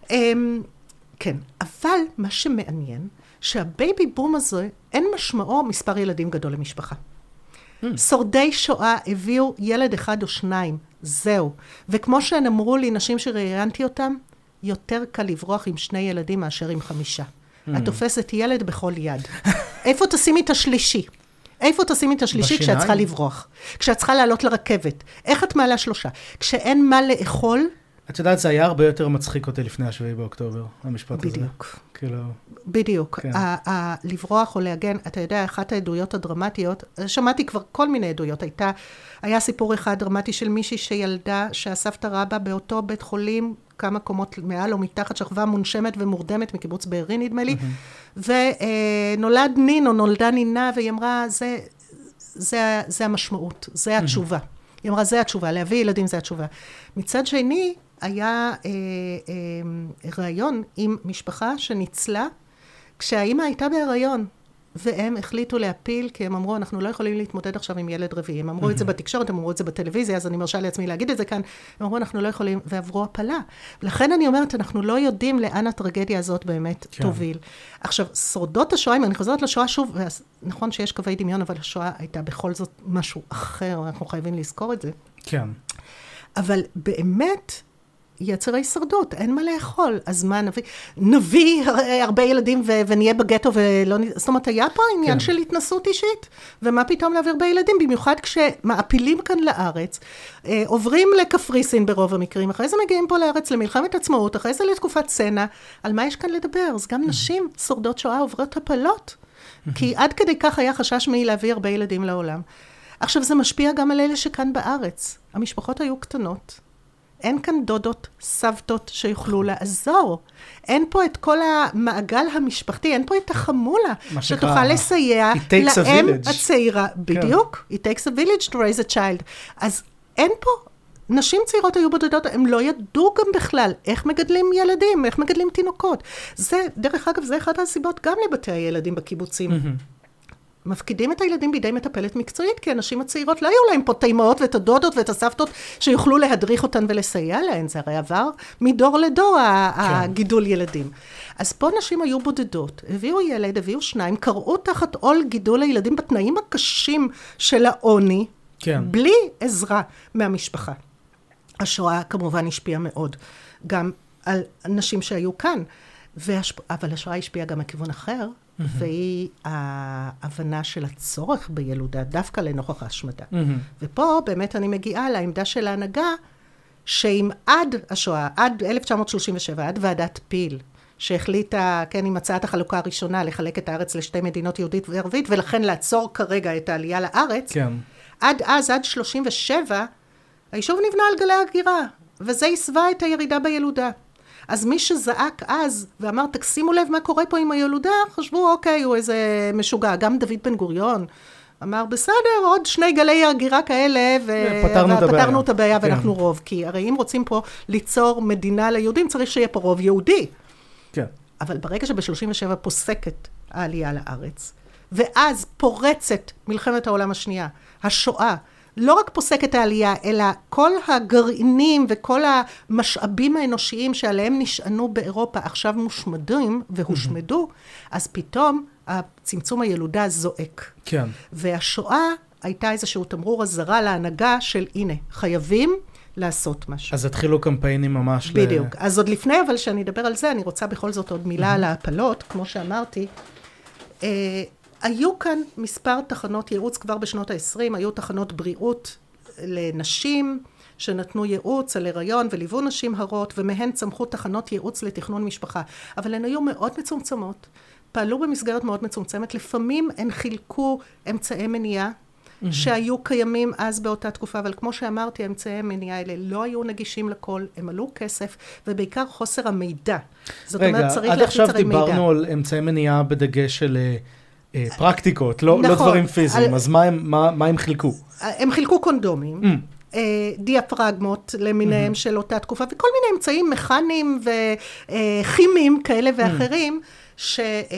כן, אבל מה שמעניין, שהבייבי בום הזה, אין משמעו מספר ילדים גדול למשפחה. שורדי שואה הביאו ילד אחד או שניים, זהו. וכמו שהן אמרו לי, נשים שראיינתי אותם, יותר קל לברוח עם שני ילדים מאשר עם חמישה. את תופסת ילד בכל יד. איפה תשימי את השלישי? איפה תשימי את השלישי כשאת צריכה לברוח? כשאת צריכה לעלות לרכבת? איך את מעלה שלושה? כשאין מה לאכול... את יודעת, זה היה הרבה יותר מצחיק אותי לפני השביעי באוקטובר, המשפט הזה. בדיוק. כאילו... בדיוק. לברוח או להגן, אתה יודע, אחת העדויות הדרמטיות, שמעתי כבר כל מיני עדויות, הייתה, היה סיפור אחד דרמטי של מישהי שילדה, שהסבתא רבא באותו בית חולים, כמה קומות מעל או מתחת, שכבה מונשמת ומורדמת מקיבוץ בארי, נדמה לי, ונולד נין או נולדה נינה, והיא אמרה, זה, זה, זה המשמעות, זה התשובה. היא אמרה, זה התשובה, להביא ילדים זה התשובה. מצד שני, היה אה, אה, רעיון עם משפחה שניצלה, כשהאימא הייתה בהיריון, והם החליטו להפיל, כי הם אמרו, אנחנו לא יכולים להתמודד עכשיו עם ילד רביעי. הם אמרו את זה בתקשורת, הם אמרו את זה בטלוויזיה, אז אני מרשה לעצמי להגיד את זה כאן. הם אמרו, אנחנו לא יכולים, ועברו הפלה. לכן אני אומרת, אנחנו לא יודעים לאן הטרגדיה הזאת באמת כן. תוביל. עכשיו, שורדות השואה, אם אני חוזרת לשואה שוב, נכון שיש קווי דמיון, אבל השואה הייתה בכל זאת משהו אחר, אנחנו חייבים לזכור את זה. כן. אבל באמת, יצר ההישרדות, אין מה לאכול, אז מה נביא? נביא הרבה ילדים ו- ונהיה בגטו ולא... זאת אומרת, היה פה עניין כן. של התנסות אישית, ומה פתאום להעביר הרבה ילדים, במיוחד כשמעפילים כאן לארץ, אה, עוברים לקפריסין ברוב המקרים, אחרי זה מגיעים פה לארץ למלחמת עצמאות, אחרי זה לתקופת סצנה, על מה יש כאן לדבר? אז גם נשים שורדות שואה עוברות הפלות, כי עד כדי כך היה חשש מי להביא הרבה ילדים לעולם. עכשיו, זה משפיע גם על אלה שכאן בארץ. המשפחות היו קטנות, אין כאן דודות, סבתות שיוכלו לעזור. אין פה את כל המעגל המשפחתי, אין פה את החמולה שתוכל לסייע לאם הצעירה. בדיוק, it takes a village to raise a child. אז אין פה, נשים צעירות היו בודדות, הם לא ידעו גם בכלל איך מגדלים ילדים, איך מגדלים תינוקות. זה, דרך אגב, זה אחת הסיבות גם לבתי הילדים בקיבוצים. מפקידים את הילדים בידי מטפלת מקצועית, כי הנשים הצעירות לא היו להם פה את האימהות ואת הדודות ואת הסבתות שיוכלו להדריך אותן ולסייע להן. זה הרי עבר מדור לדור הגידול ילדים. אז פה נשים היו בודדות, הביאו ילד, הביאו שניים, קראו תחת עול גידול הילדים בתנאים הקשים של העוני, כן. בלי עזרה מהמשפחה. השואה כמובן השפיעה מאוד, גם על נשים שהיו כאן, והשפ... אבל השואה השפיעה גם מכיוון אחר, Mm-hmm. והיא ההבנה של הצורך בילודה, דווקא לנוכח ההשמדה. Mm-hmm. ופה באמת אני מגיעה לעמדה של ההנהגה, שאם עד השואה, עד אלף תשע מאות שלושים ושבע, עד ועדת פיל, שהחליטה, כן, עם הצעת החלוקה הראשונה, לחלק את הארץ לשתי מדינות יהודית וערבית, ולכן לעצור כרגע את העלייה לארץ, כן. עד אז, עד שלושים ושבע, היישוב נבנה על גלי הגירה, וזה הסווה את הירידה בילודה. אז מי שזעק אז ואמר, תשימו לב מה קורה פה עם הילודה, חשבו, אוקיי, הוא איזה משוגע. גם דוד בן גוריון אמר, בסדר, עוד שני גלי הגירה כאלה, ופתרנו את הבעיה, ואנחנו רוב. כי הרי אם רוצים פה ליצור מדינה ליהודים, צריך שיהיה פה רוב יהודי. כן. אבל ברגע שב-שלושים ושבע פוסקת העלייה לארץ, ואז פורצת מלחמת העולם השנייה, השואה, לא רק פוסקת העלייה, אלא כל הגרעינים וכל המשאבים האנושיים שעליהם נשענו באירופה עכשיו מושמדים והושמדו, אז פתאום הצמצום הילודה זועק. כן. והשואה הייתה איזשהו תמרור הזרה להנהגה של הנה, חייבים לעשות משהו. אז התחילו קמפיינים ממש בדיוק. ל... בדיוק. אז עוד לפני, אבל שאני אדבר על זה, אני רוצה בכל זאת עוד מילה על ההפלות, כמו שאמרתי. אה, היו כאן מספר תחנות ייעוץ כבר בשנות ה-עשרים, היו תחנות בריאות לנשים, שנתנו ייעוץ על הריון וליוו נשים הרות, ומהן צמחו תחנות ייעוץ לתכנון משפחה. אבל הן היו מאוד מצומצמות, פעלו במסגרת מאוד מצומצמת, לפעמים הן חילקו אמצעי מניעה, שהיו קיימים אז באותה תקופה, אבל כמו שאמרתי, האמצעי המניעה האלה לא היו נגישים לכל, הם עלו כסף, ובעיקר חוסר המידע. זאת רגע, אומרת, צריך עד להפיץ עכשיו הרי מידע. דיברנו על אמצעי מניעה בדגש של אה, פרקטיקות, לא, נכון, לא דברים פיזיים, על... אז מה הם, מה, מה הם חילקו? הם חילקו קונדומים, mm. דיאפרגמות למיניהם mm-hmm. של אותה תקופה, וכל מיני אמצעים מכניים וכימיים כאלה ואחרים, mm. ש,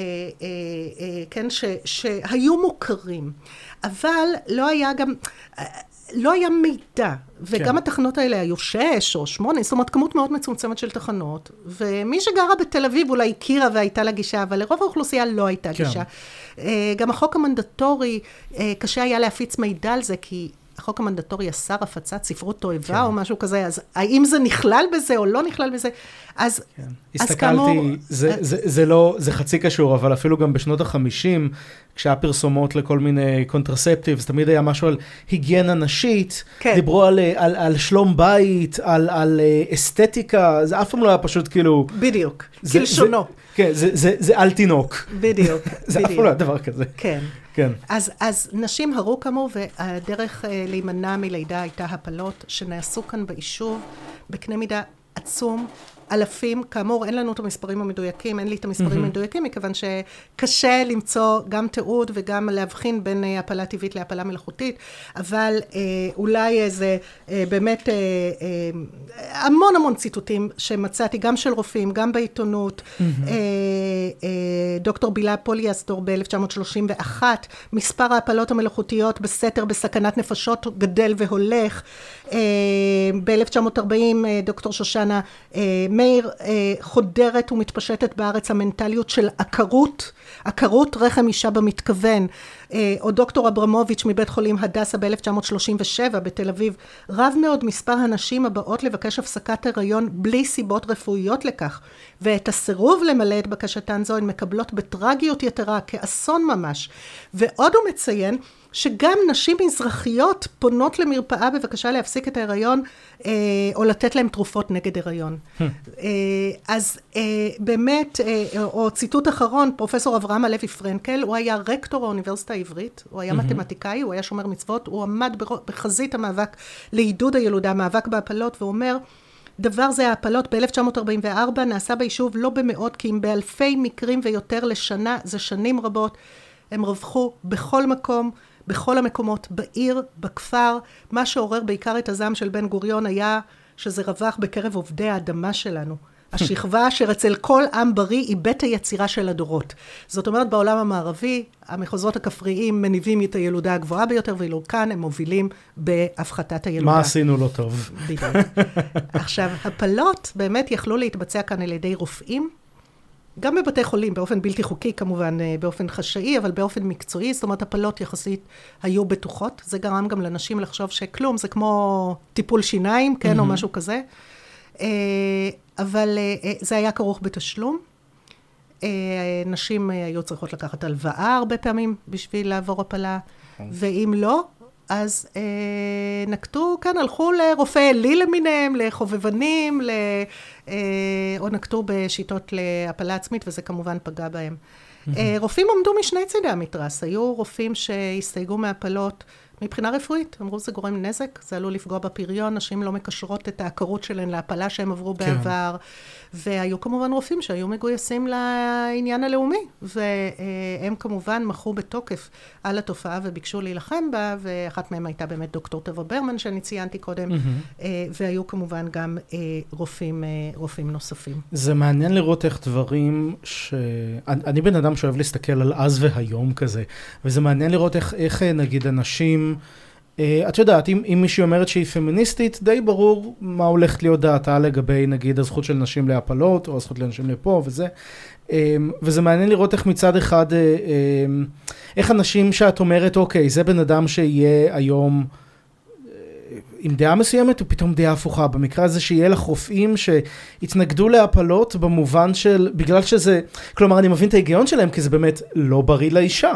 כן, ש, שהיו מוכרים. אבל לא היה גם, לא היה מידע, וגם כן. התחנות האלה היו שש או שמונה, זאת אומרת, כמות מאוד מצומצמת של תחנות, ומי שגרה בתל אביב אולי הכירה והייתה לה גישה, אבל לרוב האוכלוסייה לא הייתה כן. גישה. גם החוק המנדטורי, קשה היה להפיץ מידע על זה, כי החוק המנדטורי אסר הפצת ספרות תועבה כן. או משהו כזה, אז האם זה נכלל בזה או לא נכלל בזה? אז, כן. אז הסתכלתי, כאמור... זה, זה, זה לא, זה חצי קשור, אבל אפילו גם בשנות החמישים, כשהיה פרסומות לכל מיני קונטרספטיבס, תמיד היה משהו על היגיינה נשית, כן. דיברו על, על, על שלום בית, על, על אסתטיקה, זה אף פעם לא היה פשוט כאילו... בדיוק, זה, כלשונו. זה, כן, זה, זה, זה אל תינוק. בדיוק, זה בדיוק. אף פעם לא היה דבר כזה. כן. כן. אז, אז נשים הרו כאמור, והדרך להימנע מלידה הייתה הפלות שנעשו כאן ביישוב, בקנה מידה עצום, אלפים, כאמור, אין לנו את המספרים המדויקים, אין לי את המספרים המדויקים, מכיוון שקשה למצוא גם תיעוד וגם להבחין בין הפלה טבעית להפלה מלאכותית, אבל אה, אולי איזה אה, באמת אה, אה, המון המון ציטוטים שמצאתי, גם של רופאים, גם בעיתונות, אה, אה, דוקטור בילה פוליאסטור ב-אלף תשע מאות שלושים ואחת, מספר ההפלות המלאכותיות בסתר בסכנת נפשות גדל והולך, אה, ב-אלף תשע מאות ארבעים דוקטור שושנה אה, מאיר אה, חודרת ומתפשטת בארץ המנטליות של עקרות, עקרות רחם אישה במתכוון, אה, או דוקטור אברמוביץ' מבית חולים הדסה ב-אלף תשע מאות שלושים ושבע בתל אביב, רב מאוד מספר הנשים הבאות לבקש הפסקת הריון בלי סיבות רפואיות לכך, ואת הסירוב למלא את בקשתן זו הן מקבלות בטרגיות יתרה, כאסון ממש. ועוד הוא מציין שגם נשים מזרחיות פונות למרפאה בבקשה להפסיק את ההיריון, אה, או לתת להם תרופות נגד הריון. אה, אז אה, באמת, אה, או ציטוט אחרון, פרופסור אברהם הלוי פרנקל, הוא היה רקטור האוניברסיטה העברית, הוא היה מתמטיקאי, הוא היה שומר מצוות, הוא עמד בחזית המאבק לעידוד הילודה, מאבק בהפלות, והוא אומר, דבר זה ההפלות ב-אלף תשע מאות ארבעים וארבע נעשה ביישוב לא במאות, כי אם באלפי מקרים ויותר לשנה, זה שנים רבות, הם רווחו בכל מקום, בכל המקומות, בעיר, בכפר. מה שעורר בעיקר את הזעם של בן גוריון היה שזה רווח בקרב עובדי האדמה שלנו. השכבה אשר אצל כל עם בריא היא בית היצירה של הדורות. זאת אומרת, בעולם המערבי, המחוזות הכפריים מניבים את הילודה הגבוהה ביותר, ואילו כאן הם מובילים בהפחתת הילודה. מה עשינו לא טוב? בדיוק. עכשיו, הפלות באמת יכלו להתבצע כאן על ידי רופאים, גם בבתי חולים, באופן בלתי חוקי, כמובן, באופן חשאי, אבל באופן מקצועי, זאת אומרת, הפלות יחסית היו בטוחות. זה גרם גם לנשים לחשוב שכלום, זה כמו טיפול שיניים, כן, או משהו כזה. אבל זה היה כרוך בתשלום. נשים היו צריכות לקחת הלוואה הרבה פעמים בשביל לעבור הפלה, ואם לא, אז אה, נקטו כאן, הלכו לרופאי אלי למיניהם, לחובבנים, ל, אה, או נקטו בשיטות להפלה עצמית, וזה כמובן פגע בהם. Mm-hmm. אה, רופאים עמדו משני צידי המתרס, היו רופאים שהסתייגו מהפלות מבחינה רפואית, אמרו זה גורם נזק, זה עלול לפגוע בפריון, נשים לא מקשרות את העקרות שלהן להפלה שהם עברו כן. בעבר, והיו כמובן רופאים שהיו מגויסים לעניין הלאומי, והם כמובן מחו בתוקף על התופעה וביקשו להילחם בה, ואחת מהם הייתה באמת דוקטור טבע ברמן שאני ציינתי קודם, mm-hmm. והיו כמובן גם רופאים, רופאים נוספים. זה מעניין לראות איך דברים ש... אני בן אדם שאוהב להסתכל על אז והיום כזה, וזה מעניין לראות איך, איך נגיד אנשים את יודעת, אם, אם מישהי אומרת שהיא פמיניסטית, די ברור מה הולכת להיות דעתה לגבי, נגיד, הזכות של נשים להפלות, או הזכות לנשים לפה וזה. וזה מעניין לראות איך מצד אחד, איך אנשים שאת אומרת, אוקיי, זה בן אדם שיהיה היום עם דעה מסוימת, ופתאום דעה הפוכה. במקרה הזה שיהיה לך רופאים שהתנגדו להפלות במובן של, בגלל שזה, כלומר, אני מבין את ההיגיון שלהם, כי זה באמת לא בריא לאישה.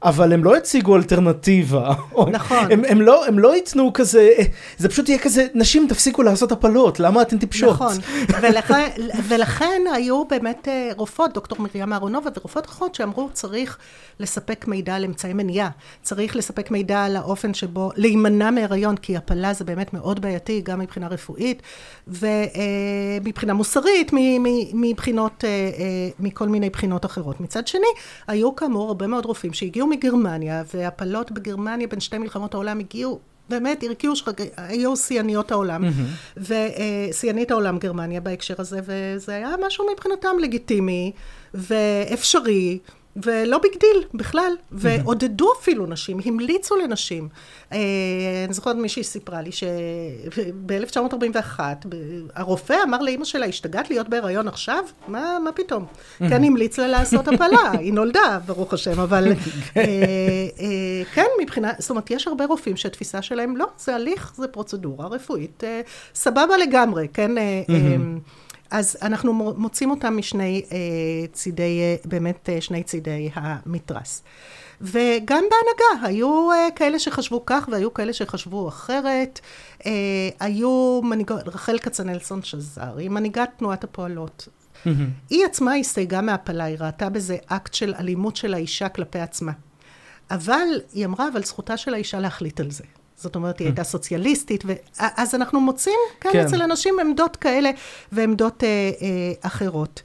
אבל הם לא הציגו אלטרנטיבה. נכון. הם, הם לא, הם לא ייתנו כזה, זה פשוט יהיה כזה, נשים תפסיקו לעשות הפלות, למה אתן טיפשות? נכון, ולכן, ולכן היו באמת רופאות, דוקטור מרים אהרונובה ורופאות אחרות שאמרו, צריך לספק מידע על אמצעי מניעה, צריך לספק מידע על האופן שבו, להימנע מהיריון, כי הפלה זה באמת מאוד בעייתי, גם מבחינה רפואית, ומבחינה מוסרית, מבחינות, מכל מיני בחינות אחרות. מצד שני, היו כאמור הרבה מאוד רופאים שהגיעו מגרמניה, והפלות בגרמניה בין שתי מלחמות העולם הגיעו, באמת הרקיעו שהיו שיאניות העולם, ושיאנית העולם גרמניה בהקשר הזה, וזה היה משהו מבחינתם לגיטימי ואפשרי, ולא ביג דיל בכלל, ועודדו אפילו נשים, המליצו לנשים. אני זוכרת מישהי סיפרה לי שב-אלף תשע מאות ארבעים ואחת, הרופא אמר לאמא שלה, השתגעת להיות בהיריון עכשיו? מה, מה פתאום? כן, המליץ לה לעשות הפלה, היא נולדה, ברוך השם, אבל כן, מבחינה, זאת אומרת, יש הרבה רופאים שהתפיסה שלהם, לא, זה הליך, זה פרוצדורה רפואית, סבבה לגמרי, כן, אז אנחנו מוצאים אותם משני אה, צידי, אה, באמת אה, שני צידי המתרס. וגם בהנהגה, היו אה, כאלה שחשבו כך והיו כאלה שחשבו אחרת. אה, היו מנהיגות, רחל כצנלסון שזר, היא מנהיגת תנועת הפועלות. Mm-hmm. היא עצמה הסתייגה מהפלה, היא ראתה בזה אקט של אלימות של האישה כלפי עצמה. אבל היא אמרה, אבל זכותה של האישה להחליט על זה. זאת אומרת, היא הייתה סוציאליסטית, אז אנחנו מוצאים כאן אצל אנשים עמדות כאלה ועמדות אחרות.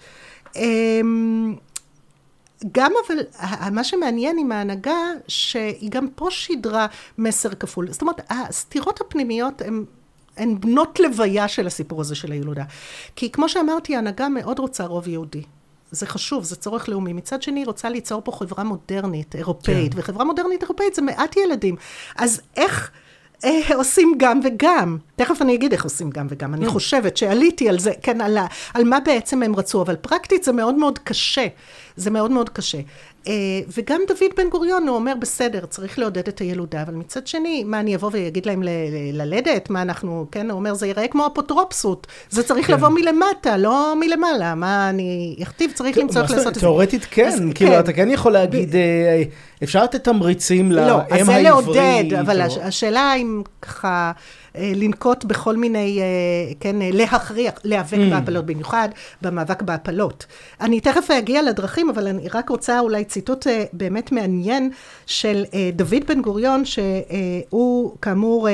גם אבל, מה שמעניין עם ההנהגה, שהיא גם פה שידרה מסר כפול. זאת אומרת, הסתירות הפנימיות הן הן בנות לוויה של הסיפור הזה של הילודה. כי כמו שאמרתי, ההנהגה מאוד רוצה רוב יהודי. זה חשוב, זה צורך לאומי. מצד שני, היא רוצה ליצור פה חברה מודרנית, אירופאית, כן. וחברה מודרנית אירופאית זה מעט ילדים. אז איך אה, עושים גם וגם? תכף אני אגיד איך עושים גם וגם. אני חושבת שעליתי על זה, כן, על, על מה בעצם הם רצו, אבל פרקטית זה מאוד מאוד קשה. זה מאוד מאוד קשה. אה, וגם דוד בן גוריון, הוא אומר, בסדר, צריך לעודד את הילודה, אבל מצד שני, מה אני אבוא ויגיד להם ל- ל- ללדת? מה אנחנו, כן, הוא אומר, זה יראה כמו אפוטרופסות. זה צריך כן. לבוא מלמטה, לא מלמעלה. מה אני יכתיב, צריך למצוא איך לעשות את זה. תיאורטית כן, אז, כאילו, כן. אתה כן יכול להגיד, ב... אפשר לתת תמריצים לאם העברי. לא, אז זה לעודד, אבל או... השאלה אם ככה, לנקוט בכל מיני, כן, להכריח, להיאבק mm. בהפלות, במיוחד במאבק בהפלות. אני תכף אגיע לדרכים, אבל אני רק רוצה אולי ציטוט באמת מעניין של דוד בן גוריון, שהוא כאמור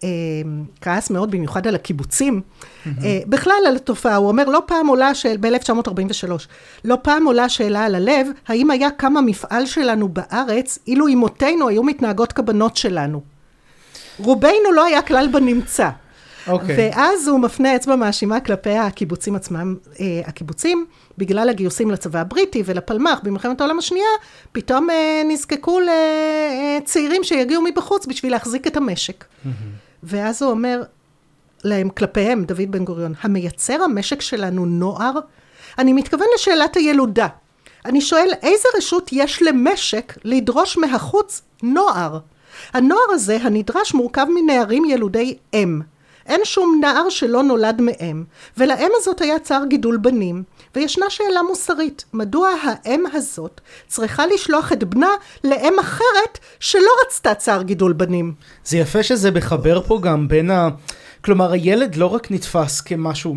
כעס מאוד במיוחד על הקיבוצים, mm-hmm. בכלל על התופעה, הוא אומר, לא פעם עולה, של, ב-אלף תשע מאות ארבעים ושלוש, לא פעם עולה שאלה על הלב, האם היה כמה מפעל שלנו בארץ, אילו אמותינו היו מתנהגות כבנות שלנו. רובנו לא היה כלל בנמצא. Okay. ואז הוא מפנה אצבע מאשימה כלפי הקיבוצים עצמם. הקיבוצים, בגלל הגיוסים לצבא הבריטי ולפלמ"ח במלחמת העולם השנייה, פתאום נזקקו לצעירים שיגיעו מבחוץ בשביל להחזיק את המשק. Mm-hmm. ואז הוא אומר להם, כלפיהם, דוד בן גוריון, המייצר המשק שלנו נוער? אני מתכוון לשאלת הילודה. אני שואל, איזה רשות יש למשק לדרוש מהחוץ נוער? הנוער הזה, הנדרש, מורכב מנערים ילודי אם. אין שום נער שלא נולד מאם, ולאם הזאת היה צער גידול בנים, וישנה שאלה מוסרית, מדוע האם הזאת צריכה לשלוח את בנה לאם אחרת שלא רצתה צער גידול בנים? זה יפה שזה מחבר פה גם בין ה... כלומר, הילד לא רק נתפס כמשהו...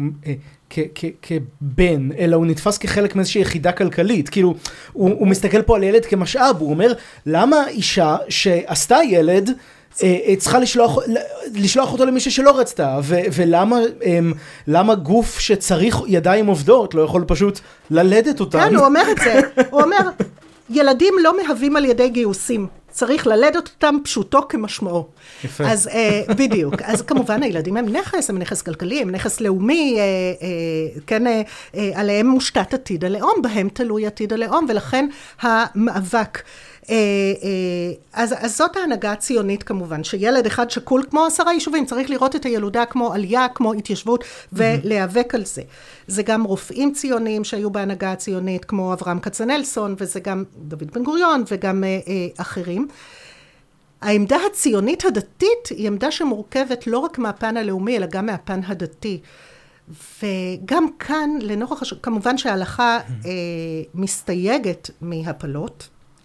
כבן, אלא הוא נתפס כחלק מאיזושהי יחידה כלכלית. כאילו, הוא, הוא מסתכל פה על ילד כמשאב, הוא אומר, למה אישה שעשתה ילד, צריכה לשלוח, לשלוח אותו למישהו שלא רצתה, ו, ולמה למה גוף שצריך ידיים עובדות, לא יכול פשוט ללדת אותם? כן, הוא אומר את זה. הוא אומר, ילדים לא מהווים על ידי גיוסים. צריך ללדת אותם פשוטו כמשמעו. יפה. אז uh, בדיוק. אז כמובן הילדים הם נכס, הם נכס כלכלי, הם נכס לאומי, uh, uh, כן, uh, uh, עליהם מושתת עתיד הלאום, בהם תלוי עתיד הלאום, ולכן המאבק. Uh, uh, אז, אז זאת ההנהגה הציונית כמובן, שילד אחד שקול כמו עשרה יישובים, צריך לראות את הילודה כמו עלייה, כמו התיישבות, ולהיאבק על זה. זה גם רופאים ציוניים שהיו בהנהגה הציונית, כמו אברהם כצנלסון, וזה גם דוד בן גוריון, וגם uh, uh, אחרים. העמדה הציונית הדתית היא עמדה שמורכבת לא רק מהפן הלאומי, אלא גם מהפן הדתי. וגם כאן, לנוכח, כמובן שההלכה uh, מסתייגת מהפלות,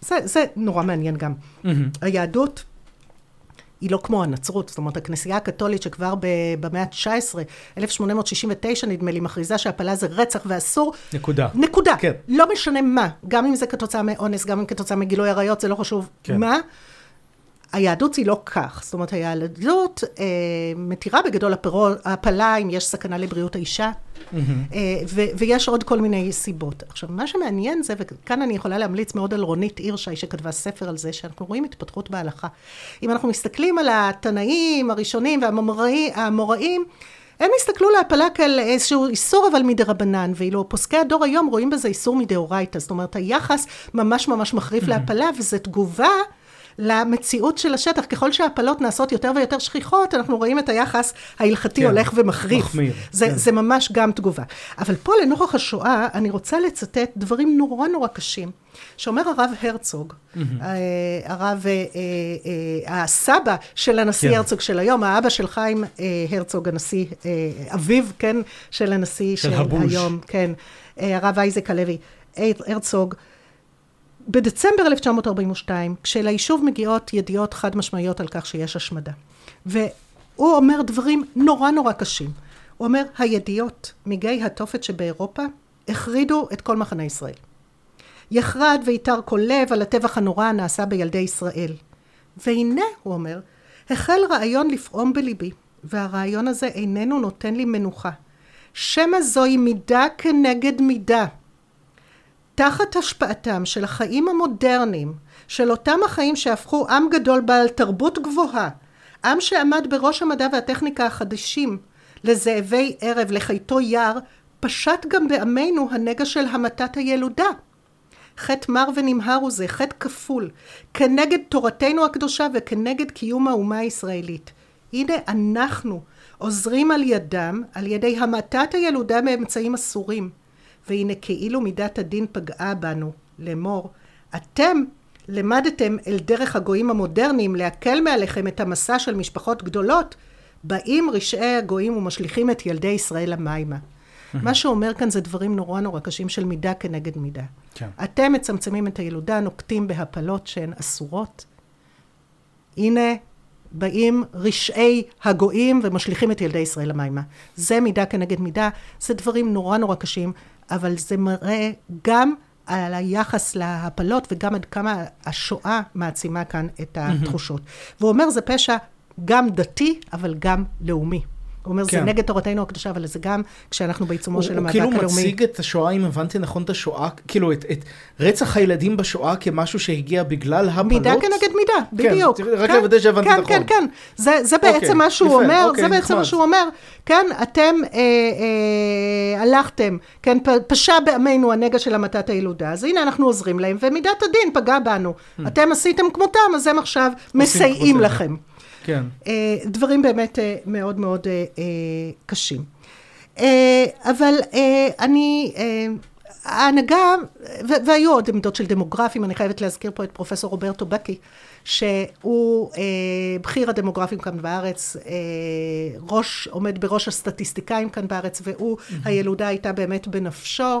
זה, זה נורא מעניין גם. Mm-hmm. היהדות היא לא כמו הנצרות, זאת אומרת, הכנסייה הקתולית שכבר במאה ה-תשע עשרה, אלף שמונה מאות שישים ותשע נדמה לי, מכריזה שהפלה זה רצח ואסור. נקודה. נקודה. כן. לא משנה מה, גם אם זה כתוצאה מאונס, גם אם כתוצאה מגילוי עריות, זה לא חשוב כן. מה. היהדות היא לא כך, זאת אומרת, היהדות אה, מתירה בגדול הפרו, הפלה אם יש סכנה לבריאות האישה, mm-hmm. אה, ו, ויש עוד כל מיני סיבות. עכשיו, מה שמעניין זה, וכאן אני יכולה להמליץ מאוד על רונית הירשי, שכתבה ספר על זה, שאנחנו רואים התפתחות בהלכה. אם אנחנו מסתכלים על התנאים הראשונים והאמוראים, הם הסתכלו להפלה כאל איזשהו איסור, אבל מדרבנן, ואילו פוסקי הדור היום רואים בזה איסור מדאורייתא, זאת אומרת, היחס ממש ממש מחריף mm-hmm. להפלה, וזו תגובה, למציאות של השטח, ככל שההפלות נעשות יותר ויותר שכיחות, אנחנו רואים את היחס ההלכתי כן, הולך ומחריף. מחמיר. זה, כן. זה ממש גם תגובה. אבל פה לנוכח השואה, אני רוצה לצטט דברים נורא נורא קשים, שאומר הרב הרצוג, mm-hmm. הרב, הסבא של הנשיא כן. הרצוג של היום, האבא של חיים הרצוג, הנשיא, אביו, כן, של הנשיא של, של היום, כן, הרב אייזק הלוי, הרצוג, בדצמבר אלף תשע מאות ארבעים ושתיים, כשליישוב מגיעות ידיעות חד משמעיות על כך שיש השמדה. והוא אומר דברים נורא נורא קשים. הוא אומר, הידיעות מגיא התופת שבאירופה החרידו את כל מחנה ישראל. יחרד ויתר כל לב על הטבח הנורא הנעשה בילדי ישראל. והנה, הוא אומר, החל רעיון לפעום בליבי, והרעיון הזה איננו נותן לי מנוחה. שמה זוהי מידה כנגד מידה. תחת השפעתם של החיים המודרניים, של אותם החיים שהפכו עם גדול בעל תרבות גבוהה, עם שעמד בראש המדע והטכניקה החדשים, לזאבי ערב, לחייתו יער, פשט גם בעמנו הנגע של המתת הילודה. חטא מר ונמהר הוא זה, חטא כפול, כנגד תורתנו הקדושה וכנגד קיום האומה הישראלית. הנה אנחנו עוזרים על ידם, על ידי המתת הילודה באמצעים אסורים. והנה כאילו מידת הדין פגעה בנו, לאמור, אתם למדתם אל דרך הגויים המודרניים להקל מעליכם את המסע של משפחות גדולות, באים רשעי הגויים ומשליכים את ילדי ישראל המיימה. מה שאומר כאן זה דברים נורא נורא קשים של מידה כנגד מידה. כן. אתם מצמצמים את הילודה, נוקטים בהפלות שהן אסורות. הנה באים רשעי הגויים ומשליכים את ילדי ישראל המיימה. זה מידה כנגד מידה, זה דברים נורא נורא קשים, אבל זה מראה גם על היחס להפלות וגם עד כמה השואה מעצימה כאן את התחושות. והוא אומר זה פשע גם דתי, אבל גם לאומי. הוא אומר, זה נגד תורתנו הקדושה, אבל זה גם כשאנחנו בעיצומו של המאבק הלאומי. הוא כאילו מציג את השואה, אם הבנתי נכון את השואה, כאילו את רצח הילדים בשואה כמשהו שהגיע בגלל הפלות. מידה כנגד מידה, בדיוק. רק לוודא שהבנתי נכון. כן, כן, כן. זה בעצם מה שהוא אומר, זה בעצם מה שהוא אומר. כן, אתם הלכתם, כן, פשע בעמנו הנגע של המתת הילודה, אז הנה אנחנו עוזרים להם, ומידת הדין פגע בנו. אתם עשיתם כמותם, אז הם עכשיו מסייעים לכם. כן. דברים באמת מאוד מאוד קשים. אבל אני, ההנהגה, והיו עוד עמדות של דמוגרפים, אני חייבת להזכיר פה את פרופסור רוברטו בקי, שהוא בכיר הדמוגרפים כאן בארץ, ראש, עומד בראש הסטטיסטיקאים כאן בארץ, והוא, הילודה הייתה באמת בנפשו,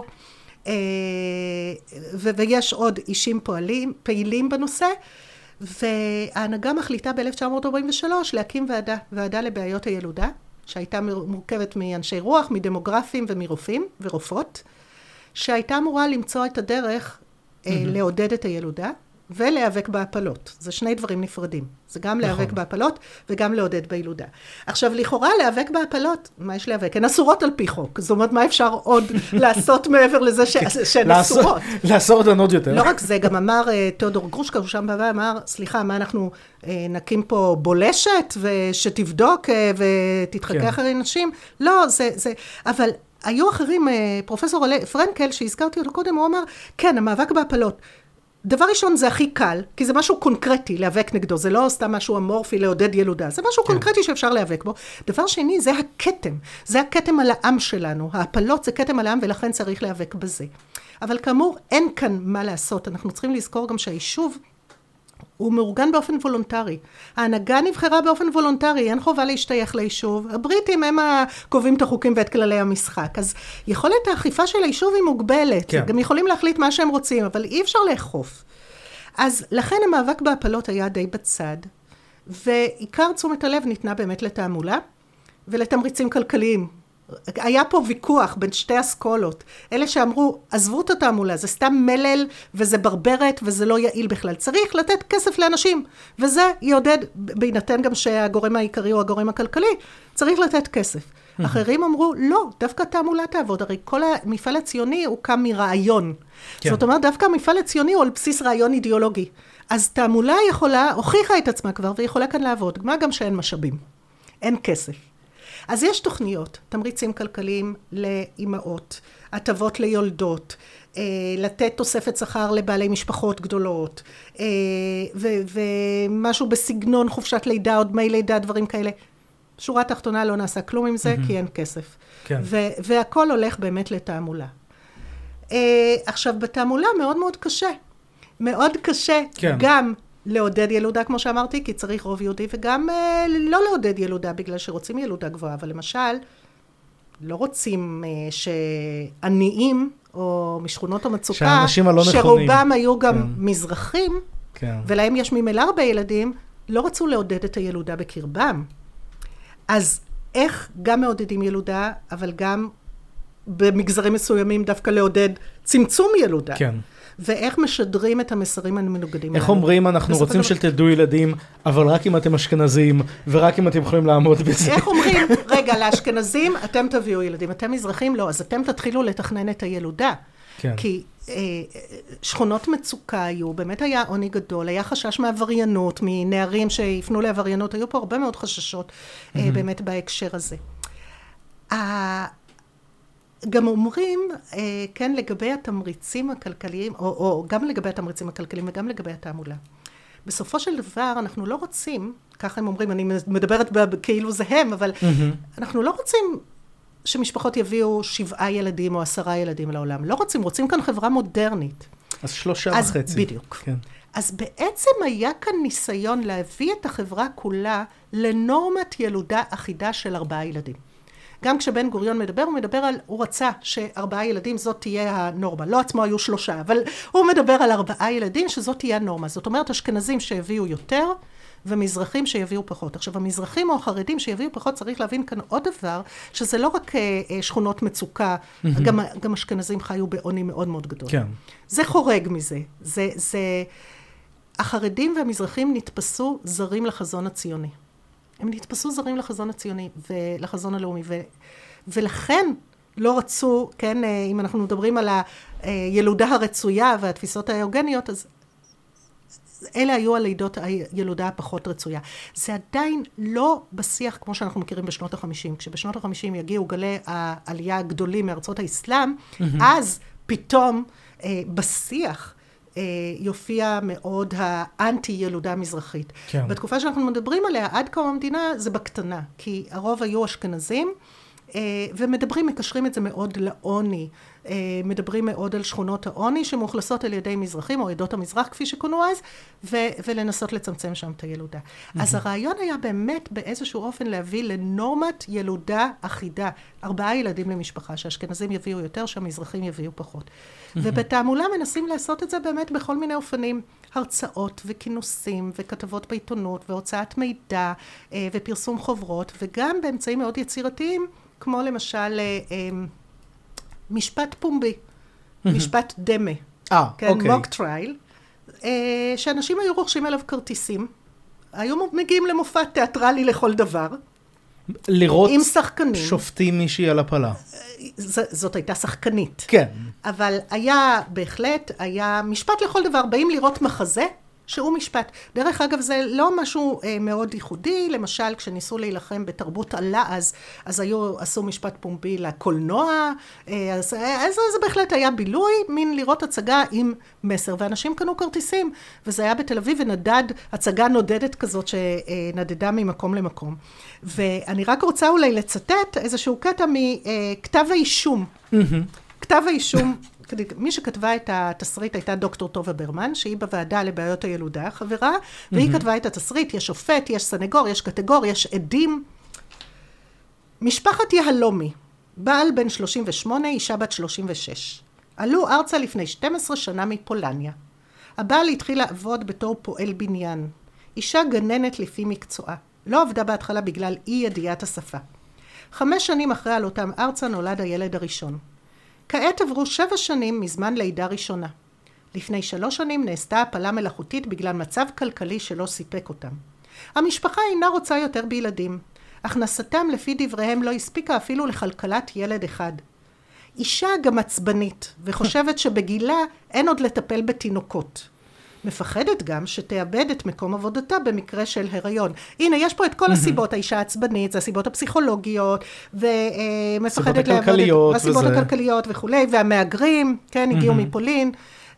ויש עוד אישים פועלים, פעילים בנושא, וההנהגה מחליטה ב-אלף תשע מאות ארבעים ושלוש להקים ועדה, ועדה לבעיות הילודה, שהייתה מורכבת מאנשי רוח, מדמוגרפים ומרופאים ורופאות, שהייתה אמורה למצוא את הדרך mm-hmm. לעודד את הילודה, ולהיאבק בהפלות. זה שני דברים נפרדים. זה גם נכון. להיאבק בהפלות, וגם לעודד בילודה. עכשיו, לכאורה, להיאבק בהפלות, מה יש להיאבק? הן אסורות על פי חוק. זאת אומרת, מה אפשר עוד לעשות מעבר לזה ש... שהן אסורות? לעשות עוד יותר. לא רק זה, גם אמר תיאודור גרושקה, הוא שם בבא, אמר, סליחה, מה אנחנו נקים פה בולשת, ושתבדוק ותתחכה כן. אחרי נשים? לא, זה... זה... אבל היו אחרים, פרופסור פרנקל, שהזכרתי אותו קודם, הוא אמר, כן, המאבק בהפלות, דבר ראשון זה הכי קל, כי זה משהו קונקרטי להיאבק נגדו, זה לא סתם משהו אמורפי לעודד ילודה, זה משהו כן. קונקרטי שאפשר להיאבק בו. דבר שני, זה הכתם, זה הכתם על העם שלנו, ההפלות זה כתם על העם ולכן צריך להיאבק בזה. אבל כאמור, אין כאן מה לעשות, אנחנו צריכים לזכור גם שהיישוב הוא מאורגן באופן וולונטרי. ההנהגה נבחרה באופן וולונטרי, אין חובה להשתייך ליישוב. הבריטים הם הקובעים את החוקים ואת כללי המשחק. אז יכולת האכיפה של היישוב היא מוגבלת. כן. גם יכולים להחליט מה שהם רוצים, אבל אי אפשר לאכוף. אז לכן המאבק בהפלות היה די בצד, ועיקר תשומת הלב ניתנה באמת לתעמולה, ולתמריצים כלכליים. היה פה ויכוח בין שתי אסכולות. אלה שאמרו, עזבו את התעמולה, זה סתם מלל, וזה ברברת, וזה לא יעיל בכלל. צריך לתת כסף לאנשים, וזה יעודד, בהינתן גם שהגורם העיקרי הוא הגורם הכלכלי, צריך לתת כסף. אחרים אמרו, לא, דווקא תעמולה תעבוד, הרי כל המפעל הציוני הוא קם מרעיון. כן. זאת אומרת, דווקא המפעל הציוני הוא על בסיס רעיון אידיאולוגי. אז תעמולה יכולה, הוכיחה את עצמה כבר, ויכולה כאן לעבוד, מה גם שאין משאבים, אין כסף. אז יש תוכניות, תמריצים כלכליים לאימהות, הטבות ליולדות, אה, לתת תוספת שכר לבעלי משפחות גדולות, אה, ו- ומשהו בסגנון חופשת לידה, עוד דמי לידה, דברים כאלה. שורה תחתונה לא נעשה כלום עם זה, mm-hmm. כי אין כסף. כן. ו- והכל הולך באמת לתעמולה. אה, עכשיו, בתעמולה מאוד מאוד קשה. מאוד קשה כן. גם לעודד ילודה, כמו שאמרתי, כי צריך רוב יהודי, וגם אה, לא לעודד ילודה, בגלל שרוצים ילודה גבוהה. אבל למשל, לא רוצים אה, שעניים, או משכונות המצוקה, שרובם היו גם כן. מזרחים, כן. ולהם יש ממילא הרבה ילדים, לא רצו לעודד את הילודה בקרבם. אז איך גם מעודדים ילודה, אבל גם במגזרים מסוימים דווקא לעודד צמצום ילודה. כן. ואיך משדרים את המסרים המנוגדים. איך אומרים, אנחנו רוצים שתלדו ילדים, אבל רק אם אתם אשכנזים, ורק אם אתם יכולים לעמוד בזה. איך אומרים, רגע, לאשכנזים, אתם תביאו ילדים, אתם מזרחים, לא, אז אתם תתחילו לתכנן את הילודה. כן. כי אה, שכונות מצוקה היו, באמת היה עוני גדול, היה חשש מעבריינות, מנערים שיפנו לעבריינות, היו פה הרבה מאוד חששות, mm-hmm. אה, באמת בהקשר הזה. גם אומרים, אה, כן, לגבי התמריצים הכלכליים, או, או גם לגבי התמריצים הכלכליים וגם לגבי התעמולה. בסופו של דבר, אנחנו לא רוצים, ככה הם אומרים, אני מדברת כאילו זה הם, אבל mm-hmm. אנחנו לא רוצים שמשפחות יביאו שבעה ילדים או עשרה ילדים לעולם. לא רוצים, רוצים כאן חברה מודרנית. אז שלושה אז, וחצי. בדיוק. כן. אז בעצם היה כאן ניסיון להביא את החברה כולה לנורמת ילודה אחידה של ארבעה ילדים. גם כשבן גוריון מדבר, הוא מדבר על, הוא רצה שארבעה ילדים זאת תהיה הנורמה. לא עצמו היו שלושה, אבל הוא מדבר על ארבעה ילדים שזאת תהיה הנורמה. זאת אומרת, אשכנזים שהביאו יותר, ומזרחים שיביאו פחות. עכשיו, המזרחים או החרדים שיביאו פחות, צריך להבין כאן עוד דבר, שזה לא רק שכונות מצוקה, גם, גם אשכנזים חיו בעוני מאוד מאוד גדול. כן. זה חורג מזה. זה, זה, החרדים והמזרחים נתפסו זרים לחזון הציוני. הם נתפסו זרים לחזון הציוני ולחזון הלאומי, ו, ולכן לא רצו, כן, אם אנחנו מדברים על הילודה הרצויה והתפיסות ההיוגניות, אז אלה היו הלידות הילודה הפחות רצויה. זה עדיין לא בשיח כמו שאנחנו מכירים בשנות ה-חמישים. כשבשנות ה-חמישים יגיעו גלי העלייה הגדולים מארצות האסלאם, mm-hmm. אז פתאום אה, בשיח אה, יופיע מאוד האנטי ילודה המזרחית. כן. בתקופה שאנחנו מדברים עליה, עד קום המדינה זה בקטנה, כי הרוב היו אשכנזים, ומדברים, מקשרים את זה מאוד לעוני, מדברים מאוד על שכונות העוני שמאוכלסות על ידי מזרחים או עדות המזרח כפי שקונו אז, ו- ולנסות לצמצם שם את הילודה. Mm-hmm. אז הרעיון היה באמת באיזשהו אופן להביא לנורמת ילודה אחידה, ארבעה ילדים למשפחה, שהאשכנזים יביאו יותר, שהמזרחים יביאו פחות. Mm-hmm. ובתעמולה מנסים לעשות את זה באמת בכל מיני אופנים, הרצאות וכינוסים וכתבות בעיתונות והוצאת מידע ופרסום חוברות, וגם באמצעים מאוד יצירתיים, כמו למשל משפט פומבי, משפט דמה, כן, מוק טרייל, שאנשים היו רוכשים עליו כרטיסים, היו מגיעים למופע תיאטרלי לכל דבר, לראות שופטים מישהי על הפלה. זאת הייתה שחקנית. כן. אבל היה בהחלט, היה משפט לכל דבר, באים לראות מחזה, שהוא משפט. דרך אגב, זה לא משהו אה, מאוד ייחודי, למשל, כשניסו להילחם בתרבות הלעז, אז היו, עשו משפט פומבי לקולנוע, אה, אז, אז זה בהחלט היה בילוי, מין לראות הצגה עם מסר, ואנשים קנו כרטיסים, וזה היה בתל אביב, ונדד, הצגה נודדת כזאת, שנדדה ממקום למקום. ואני רק רוצה אולי לצטט איזשהו קטע מכתב האישום. כתב האישום, מי שכתבה את התסריט הייתה דוקטור טובה ברמן, שהיא בוועדה לבעיות הילודה, חברה, והיא כתבה את התסריט, יש שופט, יש סנגור, יש קטגור, יש עדים. משפחת יהלומי, בעל בן שלושים ושמונה, אישה בת שלושים ושש. עלו ארצה לפני שתים עשרה שנה מפולניה. הבעל התחיל לעבוד בתור פועל בניין. אישה גננת לפי מקצועה. לא עבדה בהתחלה בגלל אי ידיעת השפה. חמש שנים אחרי עלותם ארצה נולד הילד הראשון. כעת עברו שבע שנים מזמן לידה ראשונה. לפני שלוש שנים נעשתה הפלה מלאכותית בגלל מצב כלכלי שלא סיפק אותם. המשפחה אינה רוצה יותר בילדים. הכנסתם לפי דבריהם לא הספיקה אפילו לכלכלת ילד אחד. אישה גם עצבנית וחושבת שבגילה אין עוד לטפל בתינוקות. מפחדת גם שתאבד את מקום עבודתה במקרה של הריון. הנה, יש פה את כל הסיבות, האישה עצבנית, זה הסיבות הפסיכולוגיות, ומפחדת לאבד את הסיבות הכלכליות וכולי, והמאגרים, כן, הגיעו מפולין,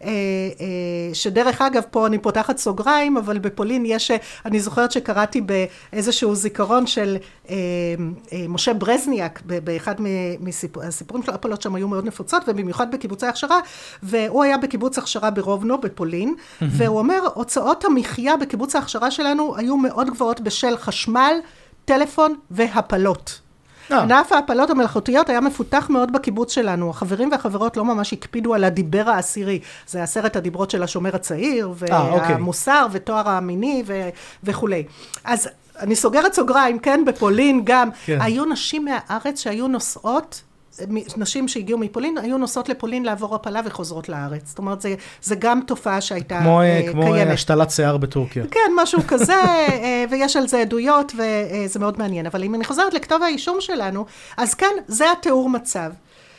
שדרך אגב פה אני פותחת סוגריים, אבל בפולין יש, אני זוכרת שקראתי באיזשהו זיכרון של משה ברזניאק, באחד מהסיפורים של הפלות שם היו מאוד נפוצות, ובמיוחד בקיבוצי הכשרה, והוא היה בקיבוץ הכשרה ברובנו, בפולין, והוא אומר, הוצאות המחיה בקיבוץ ההכשרה שלנו היו מאוד גבוהות בשל חשמל, טלפון והפלות. ענף ההפלות המלאכותיות היה מפותח מאוד בקיבוץ שלנו. החברים והחברות לא ממש הקפידו על הדיבר העשירי. זה עשרת הדיברות של השומר הצעיר, והמוסר, ותואר המיני, וכו'. אז אני סוגרת סוגריים, כן, בפולין גם. היו נשים מהארץ שהיו נוסעות, נשים שהגיעו מפולין, היו נוסעות לפולין לעבור הפלה וחוזרות לארץ. זאת אומרת, זה, זה גם תופעה שהייתה כמו, קיימת. כמו השתלת שיער בטורקיה. כן, משהו כזה, ויש על זה עדויות, וזה מאוד מעניין. אבל אם אני חוזרת לכתוב האישום שלנו, אז כן, זה התיאור מצב.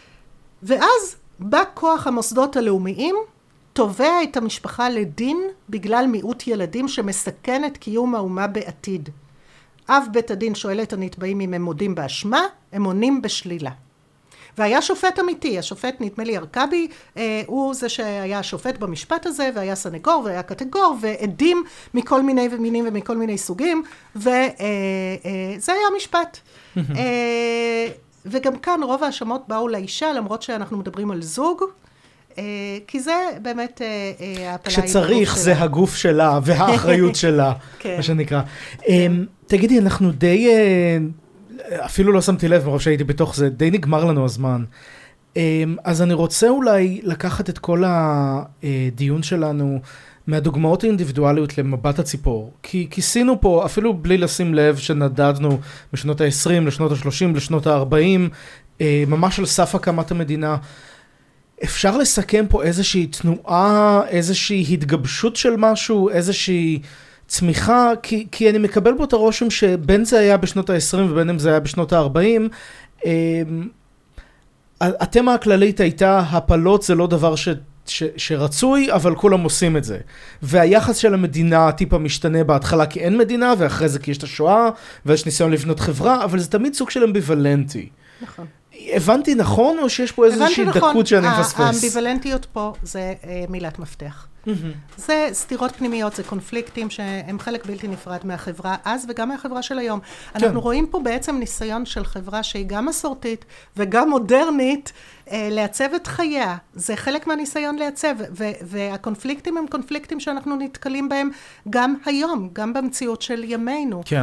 ואז בא כוח המוסדות הלאומיים, תובע את המשפחה לדין בגלל מיעוט ילדים שמסכן את קיום האומה בעתיד. אב בית הדין שואל את הנתבעים אם הם מודים באשמה, הם עונים בשלילה. והיה שופט אמיתי, השופט נדמה לי ארכבי, אה, הוא זה שהיה שופט במשפט הזה, והיה סנגור והיה קטגור, ועדים מכל מיני מינים ומכל מיני סוגים, וזה אה, אה, היה המשפט. אה, וגם כאן רוב האשמות באו לאישה, למרות שאנחנו מדברים על זוג, אה, כי זה באמת אה, ההפלה. כשצריך זה שלה. הגוף שלה והאחריות שלה, כן. מה שנקרא. כן. תגידי, אנחנו די... אפילו לא שמתי לב מרוב שהייתי בתוך זה, די נגמר לנו הזמן. אז אני רוצה אולי לקחת את כל הדיון שלנו מהדוגמאות האינדיבידואליות למבט הציפור. כי כיסינו פה, אפילו בלי לשים לב שנדדנו משנות ה-עשרים לשנות ה-שלושים לשנות ה-ארבעים, ממש על סף הקמת המדינה. אפשר לסכם פה איזושהי תנועה, איזושהי התגבשות של משהו, איזושהי... צמיחה, כי, כי אני מקבל בו את הרושם שבין זה היה בשנות ה-עשרים ובין אם זה היה בשנות ה-ארבעים, התמה הכללית הייתה, הפלות זה לא דבר ש, ש, שרצוי, אבל כולם עושים את זה. והיחס של המדינה טיפה משתנה בהתחלה כי אין מדינה, ואחרי זה כי יש את השואה, ויש ניסיון לבנות חברה, אבל זה תמיד סוג של אמביוולנטי. נכון. הבנתי נכון, או שיש פה איזושהי דקות נכון. שאני מפספס? האמביוולנטיות פה זה אה, מילת מפתח. זה סתירות פנימיות, זה קונפליקטים שהם חלק בלתי נפרד מהחברה אז וגם מהחברה של היום. אנחנו רואים פה בעצם ניסיון של חברה שהיא גם מסורתית וגם מודרנית לעצב את חייה. זה חלק מהניסיון לעצב, והקונפליקטים הם קונפליקטים שאנחנו נתקלים בהם גם היום, גם במציאות של ימינו. כן.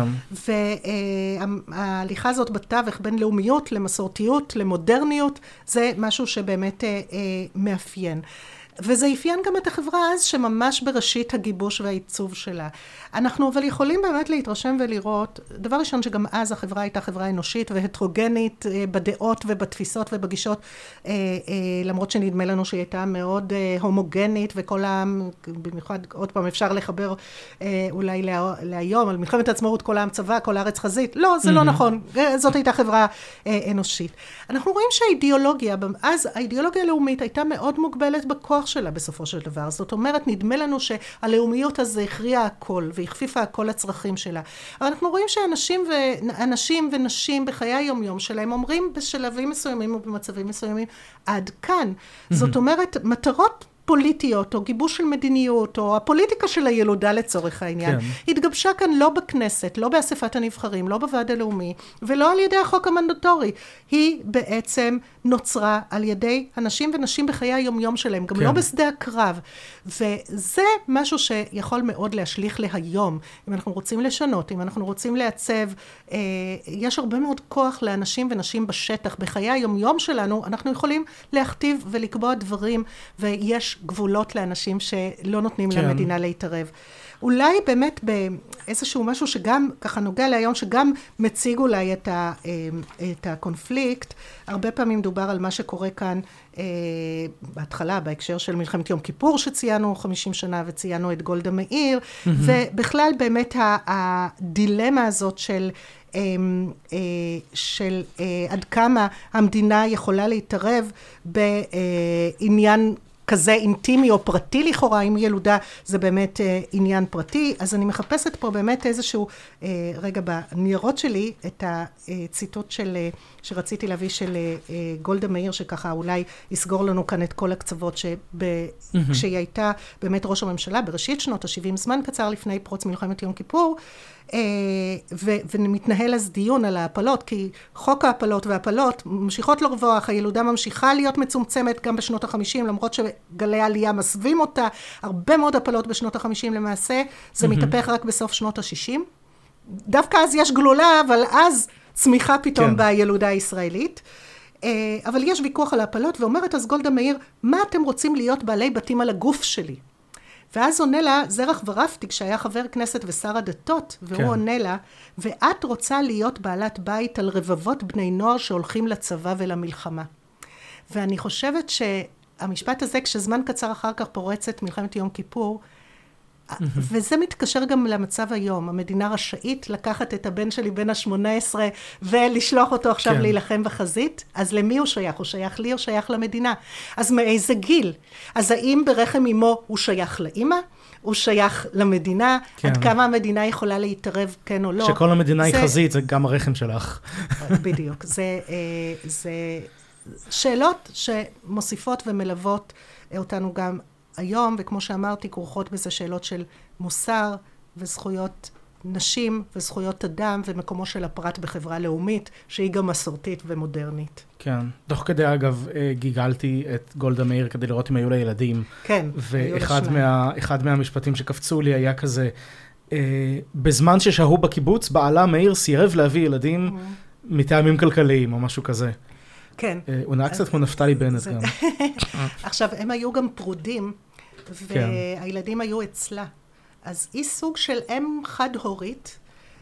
וההליכה הזאת בתווך בין לאומיות למסורתיות, למודרניות, זה משהו שבאמת מאפיין. וזה אפיין גם את החברה אז שממש בראשית הגיבוש והעיצוב שלה. אנחנו אבל יכולים באמת להתרשם ולראות, דבר ראשון שגם אז החברה הייתה חברה אנושית והטרוגנית בדעות ובתפיסות ובגישות, למרות שנדמה לנו שהיא הייתה מאוד הומוגנית וכל העם, במיוחד עוד פעם אפשר לחבר אולי להיום, על מלחמת העצמאות, כל העם צבא, כל הארץ חזית. לא, זה לא נכון. זאת הייתה חברה אנושית. אנחנו רואים שהאידיאולוגיה, אז האידיאולוגיה הלאומית הייתה מאוד מוגבלת בכוח שלה בסופו של דבר. זאת אומרת, נדמה לנו שהלאומיות הזה הכריעה הכל, והכפיפה הכל לצרכים שלה. אבל אנחנו רואים שאנשים ואנשים ונשים בחיי היום-יום שלהם אומרים בשלבים מסוימים ובמצבים מסוימים, עד כאן. זאת אומרת, מטרות פוליטיות, או גיבוש של מדיניות, או הפוליטיקה של הילודה לצורך העניין, כן. התגבשה כאן לא בכנסת, לא באספת הנבחרים, לא בוועד הלאומי, ולא על ידי החוק המנדטורי. היא בעצם נוצרה על ידי אנשים ונשים בחיי היום-יום שלהם, גם כן. לא בשדה הקרב. וזה משהו שיכול מאוד להשליך להיום, אם אנחנו רוצים לשנות, אם אנחנו רוצים לעצב, אה, יש הרבה מאוד כוח לאנשים ונשים בשטח, בחיי היום-יום שלנו, אנחנו יכולים להכתיב ולקבוע דברים, ויש יש גבולות לאנשים שלא נותנים כן. למדינה להתערב. אולי באמת באיזשהו משהו שגם ככה נוגע להיום, שגם מציג אולי את, ה, את הקונפליקט, הרבה פעמים דובר על מה שקורה כאן בהתחלה, בהקשר של מלחמת יום כיפור שציינו חמישים שנה וציינו את גולדה מאיר, mm-hmm. ובכלל באמת הדילמה הזאת של של עד כמה המדינה יכולה להתערב בעניין כזה אינטימי או פרטי לכאורה, אם ילודה זה באמת עניין פרטי. אז אני מחפשת פה באמת איזשהו רגע בניירות שלי את הציטוט של, שרציתי להביא של גולדה מאיר, שככה אולי יסגור לנו כאן את כל הקצוות, שכשהיא הייתה באמת ראש הממשלה בראשית שנות ה-שבעים, זמן קצר לפני פרוץ מלחמת יום כיפור, ו- ומתנהל אז דיון על ההפלות, כי חוק ההפלות וההפלות ממשיכות לרווח, הילודה ממשיכה להיות מצומצמת גם בשנות ה-חמישים, למרות שגלי העלייה מסווים אותה, הרבה מאוד הפלות בשנות ה-חמישים למעשה, זה מתהפך רק בסוף שנות ה-שישים. דווקא אז יש גלולה, אבל אז צמיחה פתאום כן. בילודה הישראלית. אבל יש ויכוח על ההפלות, ואומרת אז גולדה מאיר, מה אתם רוצים להיות בעלי בתים על הגוף שלי? ואז עונה לה זרח ורפטיג, שהיה חבר כנסת ושר הדתות, והוא כן. עונה לה, ואת רוצה להיות בעלת בית על רבבות בני נוער שהולכים לצבא ולמלחמה. ואני חושבת שהמשפט הזה, כשזמן קצר אחר כך פורצת מלחמת יום כיפור, וזה מתקשר גם למצב היום. המדינה רשאית לקחת את הבן שלי בן ה-שמונה עשרה ולשלוח אותו עכשיו כן. להילחם בחזית. אז למי הוא שייך? הוא שייך לי או שייך למדינה? אז מאיזה גיל? אז האם ברחם אמו הוא שייך לאמא? הוא שייך למדינה? כן. עד כמה המדינה יכולה להתערב כן או לא? שכל המדינה זה... היא חזית, זה גם הרחם שלך. בדיוק. זה, זה שאלות שמוסיפות ומלוות אותנו גם היום, וכמו שאמרתי, כרוכות בזה שאלות של מוסר וזכויות נשים וזכויות אדם ומקומו של הפרט בחברה לאומית, שהיא גם מסורתית ומודרנית. כן. תוך כדי, אגב, גיגלתי את גולדה מאיר כדי לראות אם היו לה ילדים. כן, ואחד מה, אחד מהמשפטים שקפצו לי היה כזה, בזמן ששהו בקיבוץ, בעלה מאיר סירב להביא ילדים מטעמים כלכליים או משהו כזה. כן. הוא נראה קצת כמו נפתלי בנט גם. עכשיו, הם היו גם פרודים, והילדים היו אצלה. אז היא סוג של אם חד-הורית,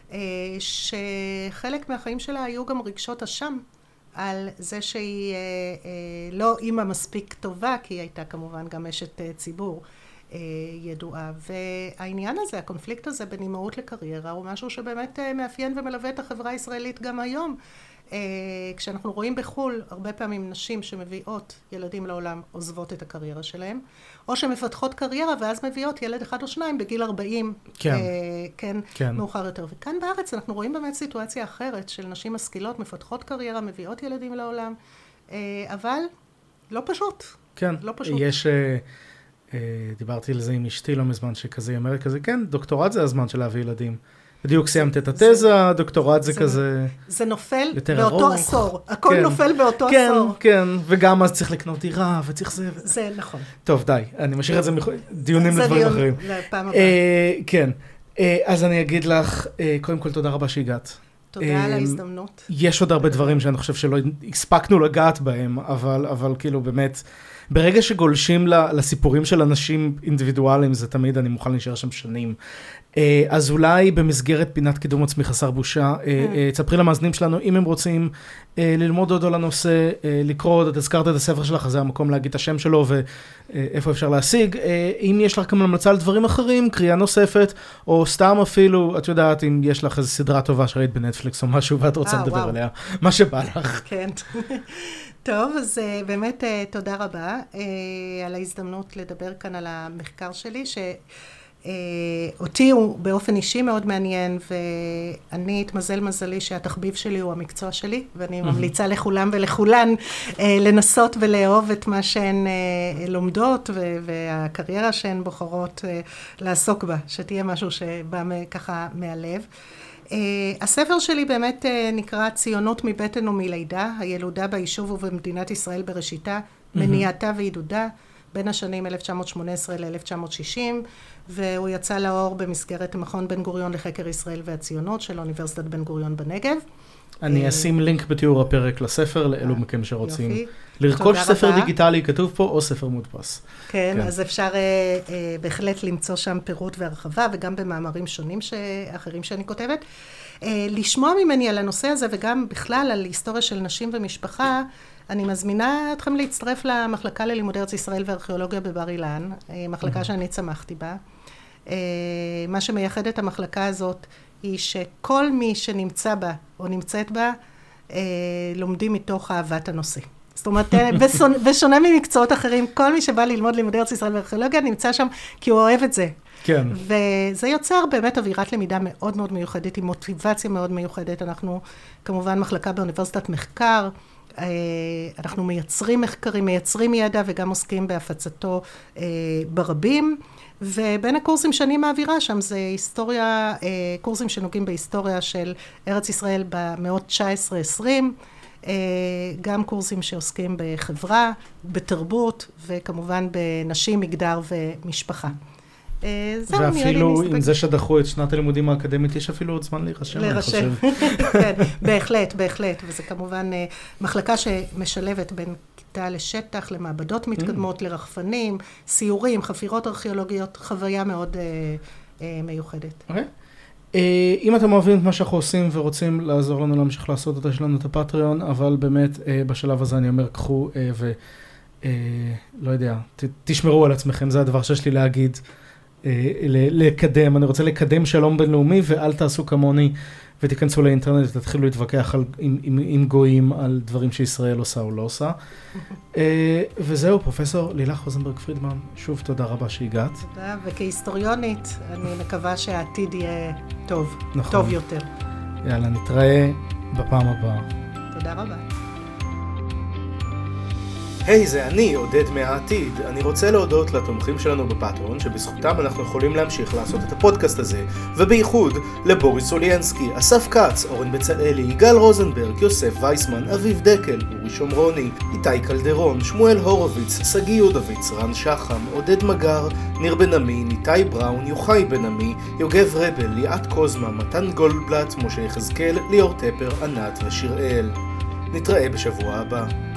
שחלק מהחיים שלה היו גם רגשות אשם, על זה שהיא לא אימא מספיק טובה, כי היא הייתה כמובן גם אשת ציבור ידועה. והעניין הזה, הקונפליקט הזה בין אימהות לקריירה, הוא משהו שבאמת מאפיין ומלווה את החברה הישראלית גם היום. כשאנחנו רואים בחול, הרבה פעמים נשים שמביאות ילדים לעולם עוזבות את הקריירה שלהם, או שמפתחות קריירה ואז מביאות ילד אחד או שניים בגיל ארבעים, כן, אה, כן, כן. מאוחר יותר. וכאן בארץ אנחנו רואים באמת סיטואציה אחרת של נשים משכילות, מפתחות קריירה, מביאות ילדים לעולם, אה, אבל לא פשוט. כן, לא פשוט. יש, אה, אה, דיברתי על זה עם אשתי לא מזמן, שכזה היא אומרת כזה, כן, דוקטורט זה הזמן של להביא ילדים. בדיוק סיימת את התזה, דוקטורט זה כזה... זה נופל באותו עשור. הכל נופל באותו עשור. כן, כן, וגם אז צריך לקנות דירה, וצריך זה... זה נכון. טוב, די, אני משאיר את זה דיונים לדברים אחרים. זה פעם הבאה. כן, אז אני אגיד לך, קודם כל תודה רבה שהגעת. תודה על ההזדמנות. יש עוד הרבה דברים שאני חושב שלא הספקנו לגעת בהם, אבל כאילו באמת... ברגע שגולשים לסיפורים של אנשים אינדיבידואליים, זה תמיד, אני מוכן להישאר שם שנים. אז אולי במסגרת פינת קידום עצמי חסר בושה, תספרי למאזינים שלנו, אם הם רוצים ללמוד עוד על הנושא, לקרוא עוד, את הזכרת את הספר שלך, זה המקום להגיד את השם שלו ואיפה אפשר להשיג. אם יש לך גם המלצה על דברים אחרים, קריאה נוספת, או סתם אפילו, את יודעת, אם יש לך איזו סדרה טובה שראית בנטפליקס או משהו, ואת רוצה לדבר עליה, מה שבא לך. כן. טוב, אז באמת תודה רבה על ההזדמנות לדבר כאן על המחקר שלי, שאותי הוא באופן אישי מאוד מעניין, ואני התמזל מזלי שהתחביב שלי הוא המקצוע שלי, ואני ממליצה לכולם ולכולן לנסות ולאהוב את מה שהן לומדות, והקריירה שהן בוחרות לעסוק בה, שתהיה משהו שבא ככה מהלב. Uh, הספר שלי באמת uh, נקרא ציונות מבטן ומלידה, הילודה ביישוב ובמדינת ישראל בראשיתה, mm-hmm. מניעתה ועידודה, בין השנים אלף תשע מאות שמונה עשרה ל-אלף תשע מאות שישים, והוא יצא לאור במסגרת מכון בן גוריון לחקר ישראל והציונות של אוניברסיטת בן גוריון בנגב. אני אשים לינק בתיאור הפרק לספר, לאלו מכם שרוצים לרכוש ספר דיגיטלי, כתוב פה, או ספר מודפס. כן, אז אפשר בהחלט למצוא שם פירוט והרחבה, וגם במאמרים שונים אחרים שאני כותבת. לשמוע ממני על הנושא הזה, וגם בכלל על היסטוריה של נשים ומשפחה, אני מזמינה אתכם להצטרף למחלקה ללימודי ארץ ישראל וארכיאולוגיה בבר אילן, מחלקה שאני צמחתי בה. מה שמייחד את המחלקה הזאת היא שכל מי שנמצא בה או נמצאת בה, לומדים מתוך אהבת הנושא. זאת אומרת, ושונה ממקצועות אחרים, כל מי שבא ללמוד לימודי ארץ ישראל וארכיאולוגיה נמצא שם כי הוא אוהב את זה. כן. וזה יוצר באמת אווירת למידה מאוד מאוד מיוחדת, עם מוטיבציה מאוד מיוחדת. אנחנו כמובן מחלקה באוניברסיטת מחקר, אנחנו מייצרים מחקרים, מייצרים ידע וגם עוסקים בהפצתו ברבים. ובין הקורסים שאני מעבירה שם זה היסטוריה, קורסים שנוגעים בהיסטוריה של ארץ ישראל במאות תשע עשרה עשרים, גם קורסים שעוסקים בחברה, בתרבות וכמובן בנשים, מגדר ומשפחה. ואפילו עם זה שדחו את שנת הלימודים האקדמית, יש אפילו עוד זמן להירשם, אני חושב. כן, בהחלט, בהחלט. וזה כמובן מחלקה שמשלבת בין כיתה לשטח, למעבדות מתקדמות, לרחפנים, סיורים, חפירות ארכיאולוגיות, חוויה מאוד מיוחדת. אוקיי. אם אתם אוהבים את מה שאנחנו עושים ורוצים לעזור לנו להמשיך לעשות אותה, יש לנו את הפטריון, אבל באמת בשלב הזה אני אומר, קחו ו... לא יודע, תשמרו על עצמכם, זה הדבר שיש לי להגיד. לקדם, אני רוצה לקדם שלום בינלאומי, ואל תעשו כמוני ותיכנסו לאינטרנט ותתחילו להתווכח על, עם, עם, עם גויים על דברים שישראל עושה או לא עושה. וזהו, פרופסור לילך רוזנברג פרידמן, שוב תודה רבה שהגעת. תודה, וכהיסטוריונית אני מקווה שהעתיד יהיה טוב, נכון. טוב יותר. יאללה, נתראה בפעם הבאה. תודה רבה. היי, hey, זה אני, עודד מהעתיד. אני רוצה להודות לתומכים שלנו בפטריון, שבזכותם אנחנו יכולים להמשיך לעשות את הפודקאסט הזה, ובייחוד לבוריס אוליינסקי, אסף קץ, אורן בצלאלי, יגאל רוזנברג, יוסף וייסמן, אביב דקל, אורי שומרוני, איתי קלדרון, שמואל הורוביץ, סגי יודוביץ, רן שחם, עודד מגר, ניר בן עמי, ניתי בראון, יוחאי בן עמי, יוגב רבל, ליאת קוזמה, מתן גולדבלט, משה יחזקאל, ליאור טפר, ענת ושיראל. נתראה בשבוע הבא.